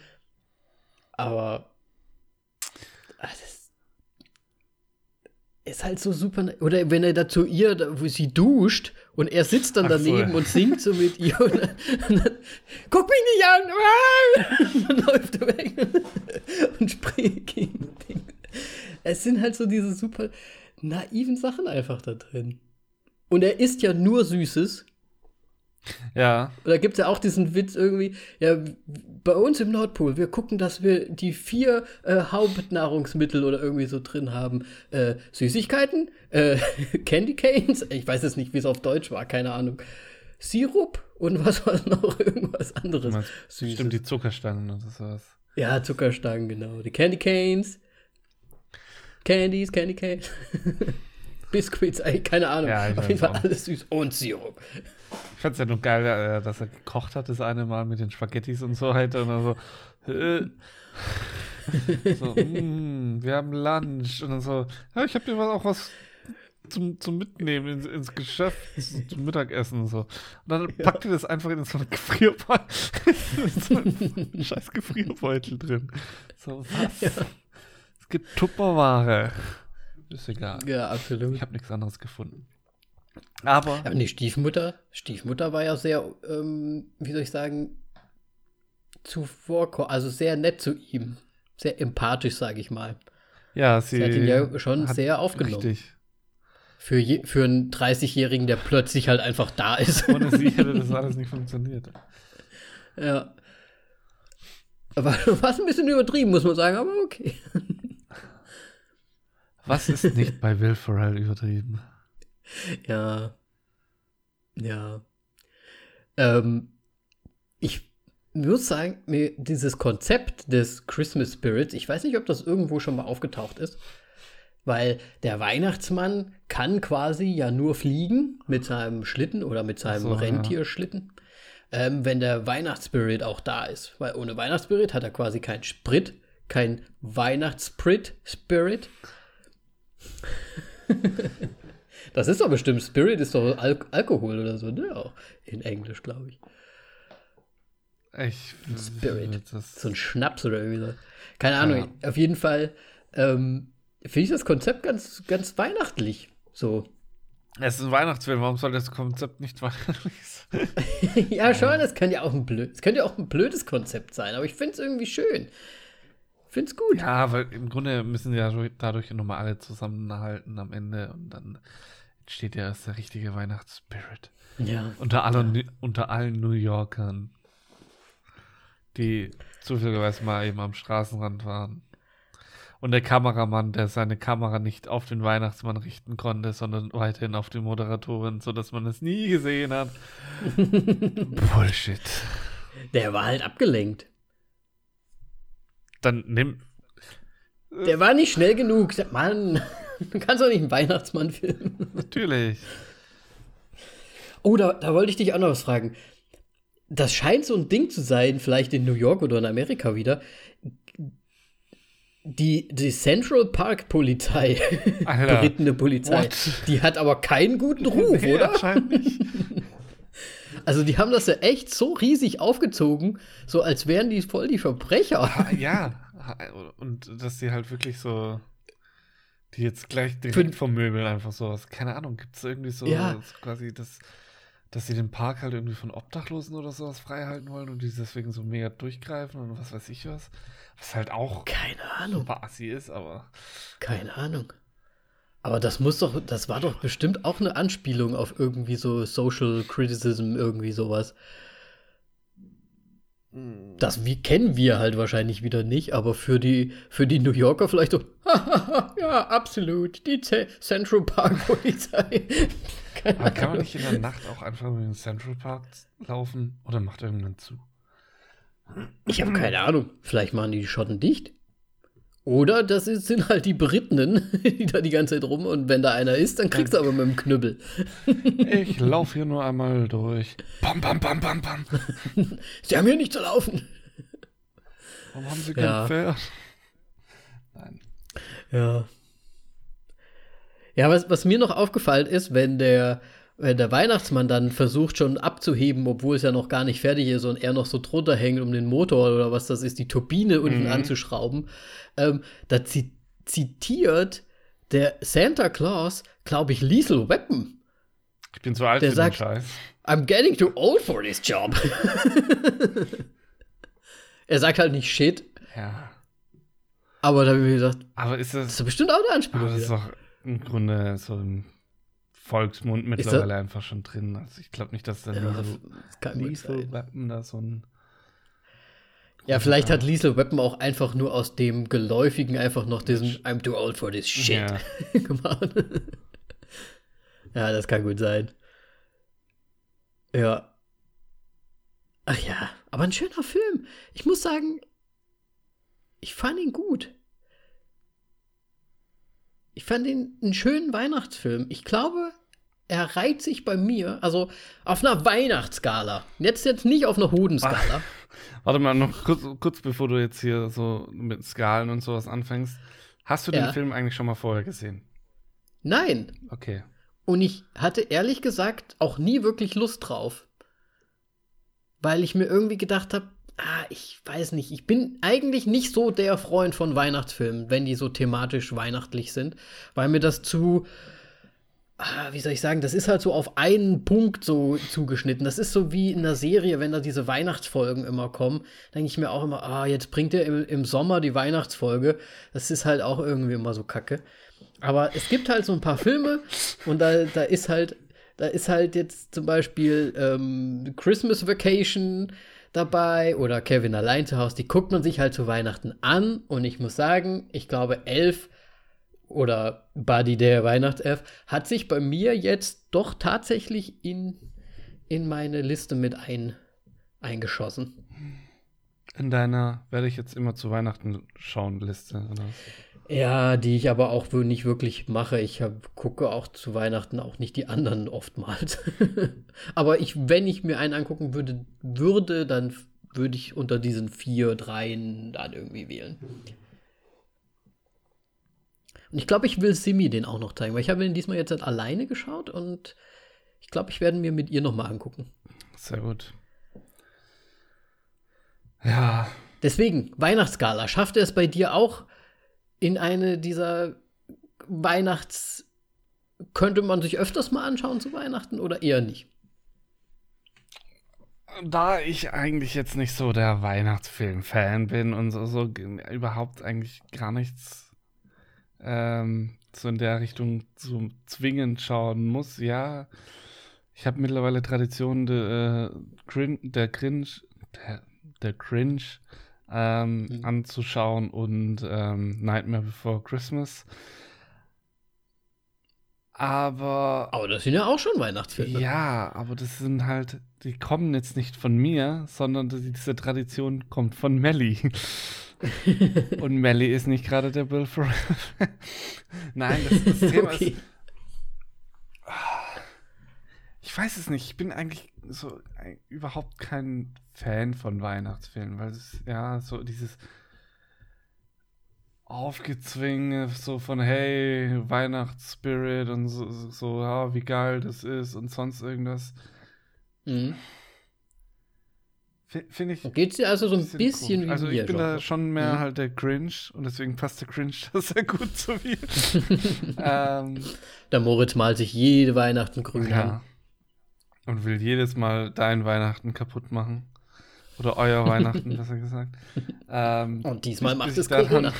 Aber ah, das ist halt so super. ne- Oder wenn er da zu ihr, da, wo sie duscht und er sitzt dann Ach so, daneben ja. und singt so mit ihr und dann, und dann guck mich nicht an! Ah! Und dann läuft er weg und springt gegen das Ding. Es sind halt so diese super naiven Sachen einfach da drin. Und er isst ja nur Süßes. Ja. Und da gibt es ja auch diesen Witz irgendwie, ja, bei uns im Nordpol, wir gucken, dass wir die vier äh, Hauptnahrungsmittel oder irgendwie so drin haben. Äh, Süßigkeiten, äh, Candy Canes, ich weiß jetzt nicht, wie es auf Deutsch war, keine Ahnung. Sirup und was war noch? Irgendwas Du anderes. meinst Süßes. bestimmt die Zuckerstangen oder sowas. Ja, Zuckerstangen, genau. Die Candy Canes. Candies, Candy Canes. Biscuits, ey, keine Ahnung. Ja, ich Auf jeden weiß Fall auch. alles süß. Und Sirup. Ich fand's ja nur geil, äh, dass er gekocht hat das eine Mal mit den Spaghettis und so weiter. Und dann so, äh, so mm, wir haben Lunch. Und dann so, ja, ich hab dir was, auch was zum, zum Mitnehmen ins, ins Geschäft, zum, zum Mittagessen und so. Und dann packt ihr das einfach in so einen Gefrierbeutel. so ein scheiß Gefrierbeutel drin. So, was? Es gibt Tupperware. Ist egal. Ja, absolut. Ich habe nichts anderes gefunden. Aber Ja, und die Stiefmutter, Stiefmutter war ja sehr, ähm, wie soll ich sagen, zuvorkommend, also sehr nett zu ihm. Sehr empathisch, sage ich mal. ja, sie, Sie hat ihn ja schon hat- sehr aufgenommen. Richtig. Für, je, für einen dreißigjährigen, der plötzlich halt einfach da ist. Ohne sie hätte das alles nicht funktioniert. Ja. Aber was ein bisschen übertrieben, muss man sagen, aber okay. Was ist nicht bei Will Ferrell übertrieben? Ja. Ja. Ähm, ich muss sagen, mir dieses Konzept des Christmas Spirits, ich weiß nicht, ob das irgendwo schon mal aufgetaucht ist, weil der Weihnachtsmann kann quasi ja nur fliegen mit seinem Schlitten oder mit seinem Ach so, ja. Rentierschlitten, ähm, wenn der Weihnachtsspirit auch da ist. Weil ohne Weihnachtsspirit hat er quasi keinen Sprit, kein Weihnachtssprit-Spirit. Das ist doch bestimmt, Spirit ist doch Al Alkohol oder so, ne? Auch in Englisch, glaube ich. Ich, Spirit. Das, So ein Schnaps oder irgendwie so. Keine Ahnung, auf jeden Fall ähm, finde ich das Konzept ganz, ganz weihnachtlich. So. es ist ein Weihnachtsfilm, warum soll das Konzept nicht weihnachtlich sein? Ja, schon, das kann ja auch ein blöd, es könnte ja auch ein blödes Konzept sein, aber ich finde es irgendwie schön. Find's gut. Ja, weil im Grunde müssen ja dadurch nochmal alle zusammenhalten am Ende und dann entsteht ja erst der richtige Weihnachtsspirit. Ja. Unter allen, ja. unter allen New Yorkern, die zufälligerweise mal eben am Straßenrand waren. Und der Kameramann, der seine Kamera nicht auf den Weihnachtsmann richten konnte, sondern weiterhin auf die Moderatorin, sodass man es nie gesehen hat. Bullshit. Der war halt abgelenkt. Dann nimm. Der war nicht schnell genug. Mann, du kannst doch nicht einen Weihnachtsmann filmen. Natürlich. Oh, da, da wollte ich dich auch noch was fragen. Das scheint so ein Ding zu sein, vielleicht in New York oder in Amerika wieder. Die, die Central Park Polizei, berittene Polizei, what? die hat aber keinen guten Ruf, Nee, oder? anscheinend nicht. Also die haben das ja echt so riesig aufgezogen, so als wären die voll die Verbrecher. Ha, ja, und dass die halt wirklich so, die jetzt gleich direkt Für- vom Möbel einfach sowas, keine Ahnung, gibt es irgendwie so, Ja. so quasi das, dass sie den Park halt irgendwie von Obdachlosen oder sowas frei halten wollen und die deswegen so mega durchgreifen und was weiß ich was, was halt auch Keine Ahnung, super assi ist, aber keine Ahnung. Aber das muss doch, das war doch bestimmt auch eine Anspielung auf irgendwie so Social Criticism, irgendwie sowas. Das wie, kennen wir halt wahrscheinlich wieder nicht, aber für die, für die New Yorker vielleicht so, ja, absolut, die C- Central Park Polizei. Keine aber kann man Ahnung. nicht in der Nacht auch einfach über den Central Park laufen oder macht irgendwann zu? Ich habe keine Ahnung. Vielleicht machen die die Schotten dicht. Oder das ist, sind halt die Berittenen, die da die ganze Zeit rum und wenn da einer ist, dann kriegst du aber mit dem Knüppel. Ich laufe hier nur einmal durch. Bam, bam, bam, bam, bam. Sie haben hier nicht zu laufen. Warum haben sie kein Ja. Pferd? Nein. Ja. Ja, was, was mir noch aufgefallen ist, wenn der, wenn der Weihnachtsmann dann versucht schon abzuheben, obwohl es ja noch gar nicht fertig ist und er noch so drunter hängt, um den Motor oder was das ist, die Turbine unten Mhm. anzuschrauben, ähm, da zi- zitiert der Santa Claus, glaube ich, Lethal Weapon. Ich bin zu alt Der für sagt- den Scheiß. I'm getting too old for this job. Er sagt halt nicht Shit, Ja. aber da habe ich mir gedacht, Aber ist das das. ist doch bestimmt auch eine Aber Anspielung. das ist wieder. doch im Grunde so im Volksmund mittlerweile einfach schon drin. Also ich glaube nicht, dass der Ja, Lethal, das kann gut Lethal sein. Weapon da so ein. Ja, vielleicht hat Lethal Weapon auch einfach nur aus dem Geläufigen einfach noch diesen I'm too old for this shit Ja. gemacht. Ja, das kann gut sein. Ja. Ach ja, aber ein schöner Film. Ich muss sagen, ich fand ihn gut. Ich fand ihn einen schönen Weihnachtsfilm. Ich glaube, er reiht sich bei mir, also auf einer Weihnachtsskala. Jetzt jetzt nicht auf einer Hodenskala. Warte mal, noch kurz, kurz bevor du jetzt hier so mit Skalen und sowas anfängst. Hast du Ja. den Film eigentlich schon mal vorher gesehen? Nein. Okay. Und ich hatte ehrlich gesagt auch nie wirklich Lust drauf. Weil ich mir irgendwie gedacht habe, ah, ich weiß nicht, ich bin eigentlich nicht so der Freund von Weihnachtsfilmen, wenn die so thematisch weihnachtlich sind, weil mir das zu, ah, wie soll ich sagen, das ist halt so auf einen Punkt so zugeschnitten. Das ist so wie in einer Serie, wenn da diese Weihnachtsfolgen immer kommen, denke ich mir auch immer, ah, jetzt bringt er im, im Sommer die Weihnachtsfolge. Das ist halt auch irgendwie immer so kacke. Aber es gibt halt so ein paar Filme und da, da ist halt, da ist halt jetzt zum Beispiel ähm, Christmas Vacation dabei oder Kevin allein zu Hause. Die guckt man sich halt zu Weihnachten an und ich muss sagen, ich glaube, Elf oder Buddy der Weihnachtself hat sich bei mir jetzt doch tatsächlich in, in meine Liste mit ein, eingeschossen. In deiner werde ich jetzt immer zu Weihnachten schauen Liste, oder? Ja, die ich aber auch wohl nicht wirklich mache. Ich hab, gucke auch zu Weihnachten auch nicht die anderen oftmals. Aber ich, wenn ich mir einen angucken würde, würde, dann würde ich unter diesen vier, dreien dann irgendwie wählen. Und ich glaube, ich will Simi den auch noch zeigen, weil ich habe ihn diesmal jetzt halt alleine geschaut und ich glaube, ich werde mir mit ihr noch mal angucken. Sehr gut. Ja. Deswegen, Weihnachtsgala, schafft er es bei dir auch in eine dieser Weihnachts... Könnte man sich öfters mal anschauen zu Weihnachten oder eher nicht? Da ich eigentlich jetzt nicht so der Weihnachtsfilm-Fan bin und so, so g- überhaupt eigentlich gar nichts ähm, so in der Richtung so zwingend schauen muss, ja, ich habe mittlerweile Tradition de, äh, Grin, der Cringe, der, der Cringe ähm, Hm. anzuschauen und ähm, Nightmare Before Christmas. Aber Aber das sind ja auch schon Weihnachtsfilme. ja, aber das sind halt, die kommen jetzt nicht von mir, sondern die- diese Tradition kommt von Melly. Und Melly ist nicht gerade der Will Ferrell. Nein, das, das Thema Okay. ist, ich weiß es nicht, ich bin eigentlich so ein, überhaupt kein Fan von Weihnachtsfilmen, weil es ja so dieses Aufgezwinge so von hey, Weihnachtsspirit und so, so, so ja, wie geil das ist und sonst irgendwas. Mhm. Finde ich Geht es dir also so ein bisschen bisschen komisch. wie Also ich mir bin da schon. schon mehr Mhm. halt der Grinch und deswegen passt der Grinch da sehr gut zu mir. ähm, Der Moritz malt sich jede Weihnachten grün ja. an. Und will jedes Mal dein Weihnachten kaputt machen. Oder euer Weihnachten, besser gesagt. Ähm, Und diesmal bis- macht bis es ich dann- Corona.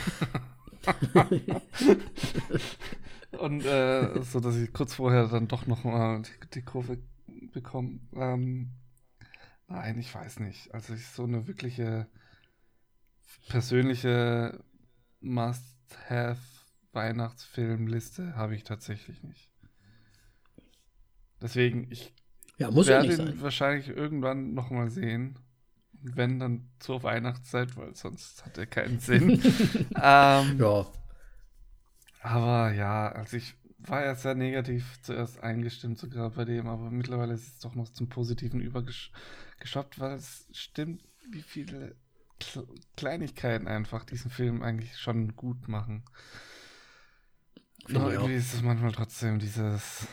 Und äh, so, dass ich kurz vorher dann doch noch mal die, die Kurve bekomme. Ähm, nein, ich weiß nicht. Also ich so eine wirkliche persönliche Must-Have-Weihnachtsfilmliste habe ich tatsächlich nicht. Deswegen, ich Ja, muss ja werde nicht ihn sein. wahrscheinlich irgendwann noch mal sehen. Wenn dann zur Weihnachtszeit, weil sonst hat er keinen Sinn. ähm, Ja. Aber ja, also ich war ja sehr negativ zuerst eingestimmt, sogar bei dem, aber mittlerweile ist es doch noch zum Positiven übergeschoppt, weil es stimmt, wie viele Kle- Kleinigkeiten einfach diesen Film eigentlich schon gut machen. Finde Nur ich irgendwie auch. ist es manchmal trotzdem dieses,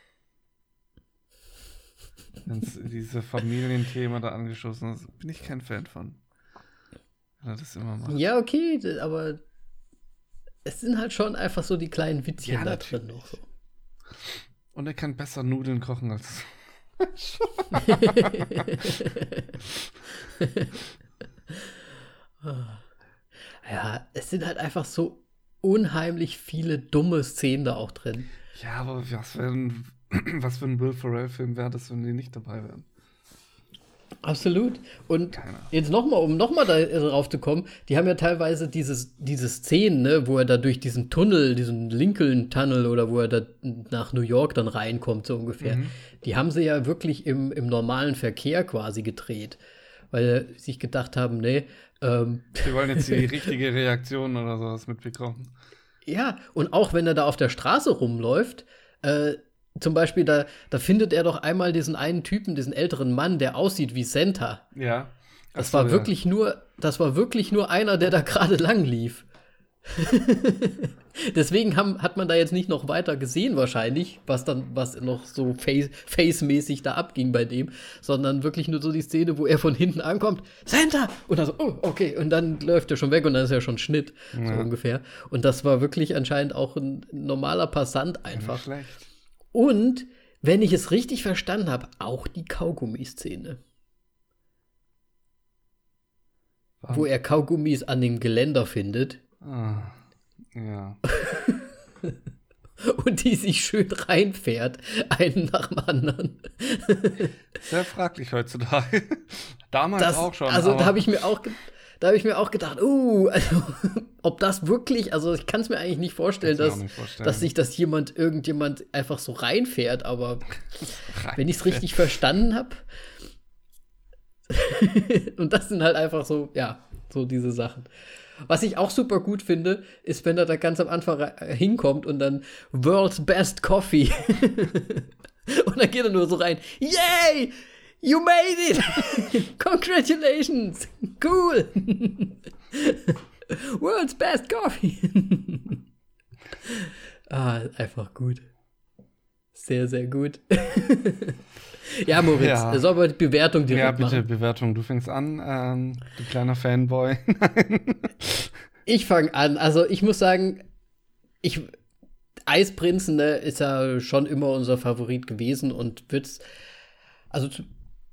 wenn's diese Familienthema da angeschossen ist, bin ich kein Fan von. Wenn er das immer macht. Ja, okay, d- aber es sind halt schon einfach so die kleinen Witzchen Ja, da drin natürlich. noch so. Und er kann besser Nudeln kochen als. Ja, es sind halt einfach so unheimlich viele dumme Szenen da auch drin. Ja, aber was für ein, was für ein Will Ferrell-Film wäre das, wenn die nicht dabei wären? Absolut. Und Keine Ahnung. jetzt nochmal, um nochmal darauf zu kommen, die haben ja teilweise dieses, diese Szenen, ne, wo er da durch diesen Tunnel, diesen Lincoln-Tunnel oder wo er da nach New York dann reinkommt, so ungefähr. Mhm. Die haben sie ja wirklich im, im normalen Verkehr quasi gedreht. Weil sie sich gedacht haben, nee, ähm, Wir wollen jetzt die richtige Reaktion oder sowas mitbekommen. ja, und auch wenn er da auf der Straße rumläuft, äh, zum Beispiel, da, da findet er doch einmal diesen einen Typen, diesen älteren Mann, der aussieht wie Santa. Ja. Das Ach so, war ja. wirklich nur, das war wirklich nur einer, der da gerade lang lief. Deswegen haben, hat man da jetzt nicht noch weiter gesehen wahrscheinlich, was dann, was noch so face- face-mäßig da abging bei dem, sondern wirklich nur so die Szene, wo er von hinten ankommt, Santa! Und dann so, oh, okay, und dann läuft er schon weg und dann ist ja schon Schnitt, so Ja. ungefähr. Und das war wirklich anscheinend auch ein normaler Passant Nicht einfach. schlecht. Und, wenn ich es richtig verstanden habe, auch die Kaugummi-Szene. Wo er Kaugummis an dem Geländer findet Ah, ja. und die sich schön reinfährt, einen nach dem anderen. Sehr fraglich heutzutage. Damals Das, auch schon. also aber da habe ich mir auch ge- da habe ich mir auch gedacht, uh, also ob das wirklich, also ich kann es mir eigentlich nicht vorstellen, Kannst mir auch dass, nicht vorstellen. dass sich das jemand, irgendjemand einfach so reinfährt, aber Rein- wenn ich es richtig verstanden habe. Und das sind halt einfach so, ja, so diese Sachen. Was ich auch super gut finde, ist, wenn er da ganz am Anfang re- hinkommt und dann World's Best Coffee. Und dann geht er nur so rein, yay! You made it! Congratulations! Cool! World's Best Coffee! Ah, einfach gut. Sehr, sehr gut. Ja, Moritz, Ja. sollen wir die Bewertung Ja, direkt bitte, machen? Bewertung. Du fängst an, ähm, du kleiner Fanboy. Ich fange an. Also ich muss sagen, ich Eisprinzen, ne, ist ja schon immer unser Favorit gewesen und wird's. Also zu,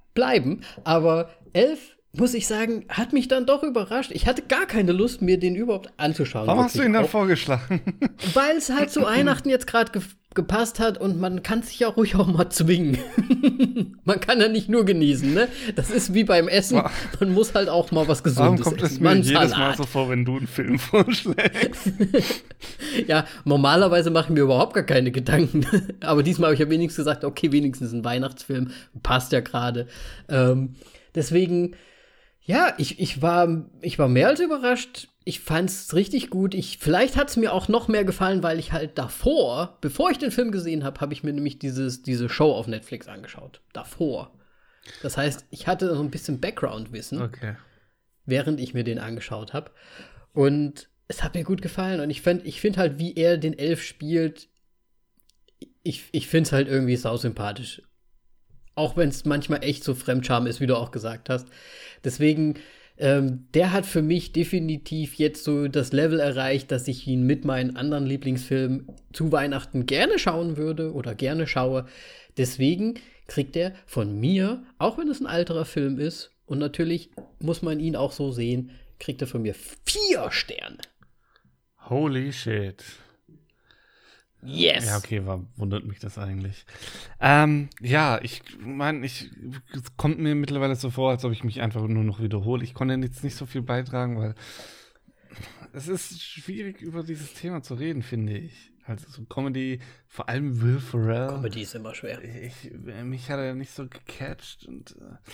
bleiben. Aber elf, muss ich sagen, hat mich dann doch überrascht. Ich hatte gar keine Lust, mir den überhaupt anzuschauen. Warum hast du ihn dann auch, vorgeschlagen? Weil es halt zu Weihnachten jetzt gerade ge- gepasst hat und man kann sich ja ruhig auch mal zwingen. Man kann ja nicht nur genießen, ne? Das ist wie beim Essen. Man muss halt auch mal was Gesundes Warum kommt essen. es mir Mal jedes Salat. Mal so vor, wenn du einen Film vorschlägst? Ja, normalerweise mache ich mir überhaupt gar keine Gedanken. Aber diesmal habe ich ja wenigstens gesagt, okay, wenigstens ein Weihnachtsfilm. Passt ja gerade. Ähm, deswegen, ja, ich, ich, war, ich war mehr als überrascht. Ich fand es richtig gut. Ich, vielleicht hat es mir auch noch mehr gefallen, weil ich halt davor, bevor ich den Film gesehen habe, habe ich mir nämlich dieses, diese Show auf Netflix angeschaut. Davor. Das heißt, ich hatte so ein bisschen Background-Wissen, Okay. während ich mir den angeschaut habe. Und es hat mir gut gefallen. Und ich finde ich find halt, wie er den Elf spielt, ich, ich finde es halt irgendwie sausympathisch. Auch wenn es manchmal echt so Fremdscham ist, wie du auch gesagt hast. Deswegen, ähm, der hat für mich definitiv jetzt so das Level erreicht, dass ich ihn mit meinen anderen Lieblingsfilmen zu Weihnachten gerne schauen würde oder gerne schaue. Deswegen kriegt er von mir, auch wenn es ein alterer Film ist, und natürlich muss man ihn auch so sehen, kriegt er von mir vier Sterne. Holy shit. Yes! Ja, okay, war, wundert mich das eigentlich. Ähm, ja, ich meine, ich, es kommt mir mittlerweile so vor, als ob ich mich einfach nur noch wiederhole. Ich konnte jetzt nicht so viel beitragen, weil es ist schwierig, über dieses Thema zu reden, finde ich. Also so Comedy, vor allem Will Ferrell. Comedy ist immer schwer. Ich, mich hat er nicht so gecatcht und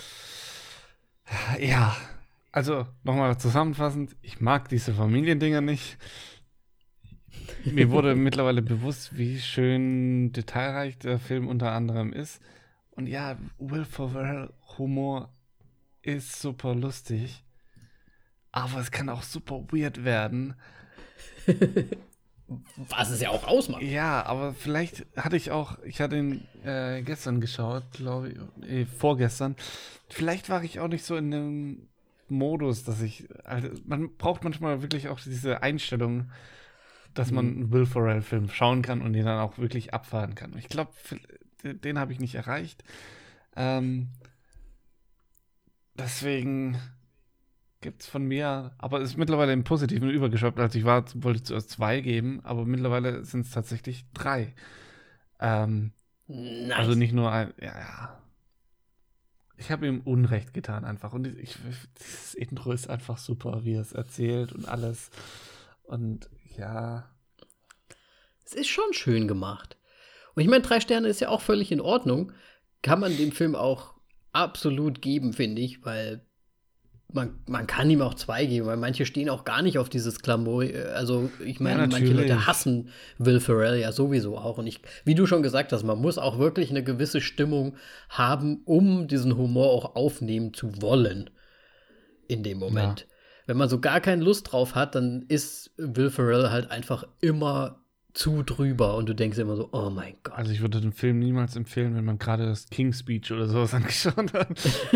äh, ja, also nochmal zusammenfassend, ich mag diese Familiendinger nicht. Mir wurde mittlerweile bewusst, wie schön detailreich der Film unter anderem ist. Und ja, Will Ferrell Humor ist super lustig, aber es kann auch super weird werden. Was es ja auch ausmacht. Ja, aber vielleicht hatte ich auch, ich hatte ihn äh, gestern geschaut, glaube ich, äh, vorgestern. Vielleicht war ich auch nicht so in dem Modus, dass ich, also man braucht manchmal wirklich auch diese Einstellung, dass man einen Will Ferrell-Film schauen kann und den dann auch wirklich abfahren kann. Ich glaube, den habe ich nicht erreicht. Ähm, deswegen gibt es von mir, aber es ist mittlerweile im Positiven übergeschwappt. Als ich war, wollte ich zuerst zwei geben, aber mittlerweile sind es tatsächlich drei. Ähm, Nice. Also nicht nur ein, ja, ja. Ich habe ihm Unrecht getan einfach. Und ich, ich, dieses Intro ist einfach super, wie er es erzählt und alles. Und ja. Es ist schon schön gemacht. Und ich meine, drei Sterne ist ja auch völlig in Ordnung. Kann man dem Film auch absolut geben, finde ich, weil man, man kann ihm auch zwei geben, weil manche stehen auch gar nicht auf dieses Glamour. Also, ich meine, Ja, manche natürlich. Leute hassen Will Ferrell ja sowieso auch. Und ich, wie du schon gesagt hast, man muss auch wirklich eine gewisse Stimmung haben, um diesen Humor auch aufnehmen zu wollen. In dem Moment. Ja. Wenn man so gar keine Lust drauf hat, dann ist Will Ferrell halt einfach immer zu drüber und du denkst immer so, oh mein Gott. Also ich würde den Film niemals empfehlen, wenn man gerade das King's Speech oder sowas angeschaut hat.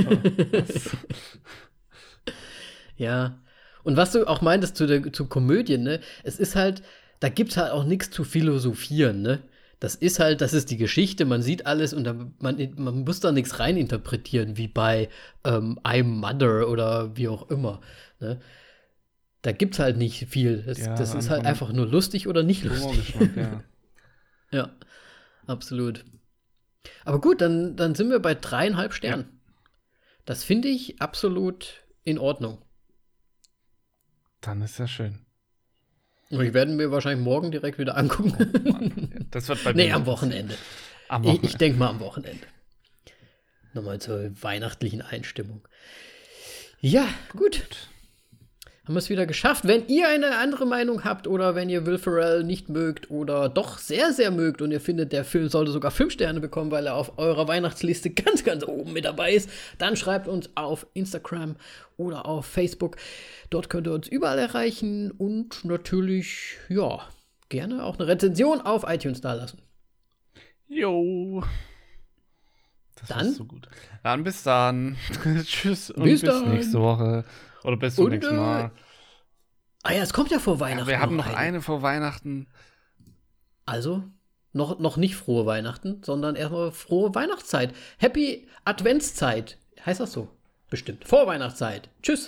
Ja. Und was du auch meintest zu der zu Komödien, ne? Es ist halt, da gibt's halt auch nichts zu philosophieren, ne? Das ist halt, das ist die Geschichte, man sieht alles und da, man, man muss da nichts reininterpretieren, wie bei ähm, I'm Mother oder wie auch immer, ne? Da gibt's halt nicht viel. Das, Ja, das ist halt einfach einfach nur lustig oder nicht lustig. Humorgeschmack, ja. Ja, absolut. Aber gut, dann, dann sind wir bei dreieinhalb Sternen. Das finde ich absolut in Ordnung. Dann ist ja schön. Und ich werde mir wahrscheinlich morgen direkt wieder angucken. Oh Mann, das wird bei Nee, mir am Wochenende. Am Ich, Wochenende. ich denke mal am Wochenende. Nochmal zur weihnachtlichen Einstimmung. Ja, gut. Haben wir es wieder geschafft. Wenn ihr eine andere Meinung habt oder wenn ihr Will Ferrell nicht mögt oder doch sehr, sehr mögt und ihr findet, der Film sollte sogar fünf Sterne bekommen, weil er auf eurer Weihnachtsliste ganz, ganz oben mit dabei ist, dann schreibt uns auf Instagram oder auf Facebook. Dort könnt ihr uns überall erreichen und natürlich, ja, gerne auch eine Rezension auf iTunes dalassen. Jo. Das Dann? ist so gut. Dann bis dann. Tschüss und Bis bis, dann. nächste Woche. Oder bis zum Und, nächsten Mal. äh, Ah ja, es kommt ja vor Ja, Weihnachten. wir haben noch eine. eine vor Weihnachten. Also, noch, noch nicht frohe Weihnachten, sondern erstmal frohe Weihnachtszeit. Happy Adventszeit. heißt das so? Bestimmt. Vorweihnachtszeit. Tschüss.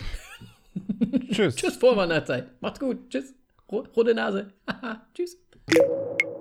Tschüss. Tschüss, Vorweihnachtszeit. Macht's gut. Tschüss. Rote Nase. Tschüss.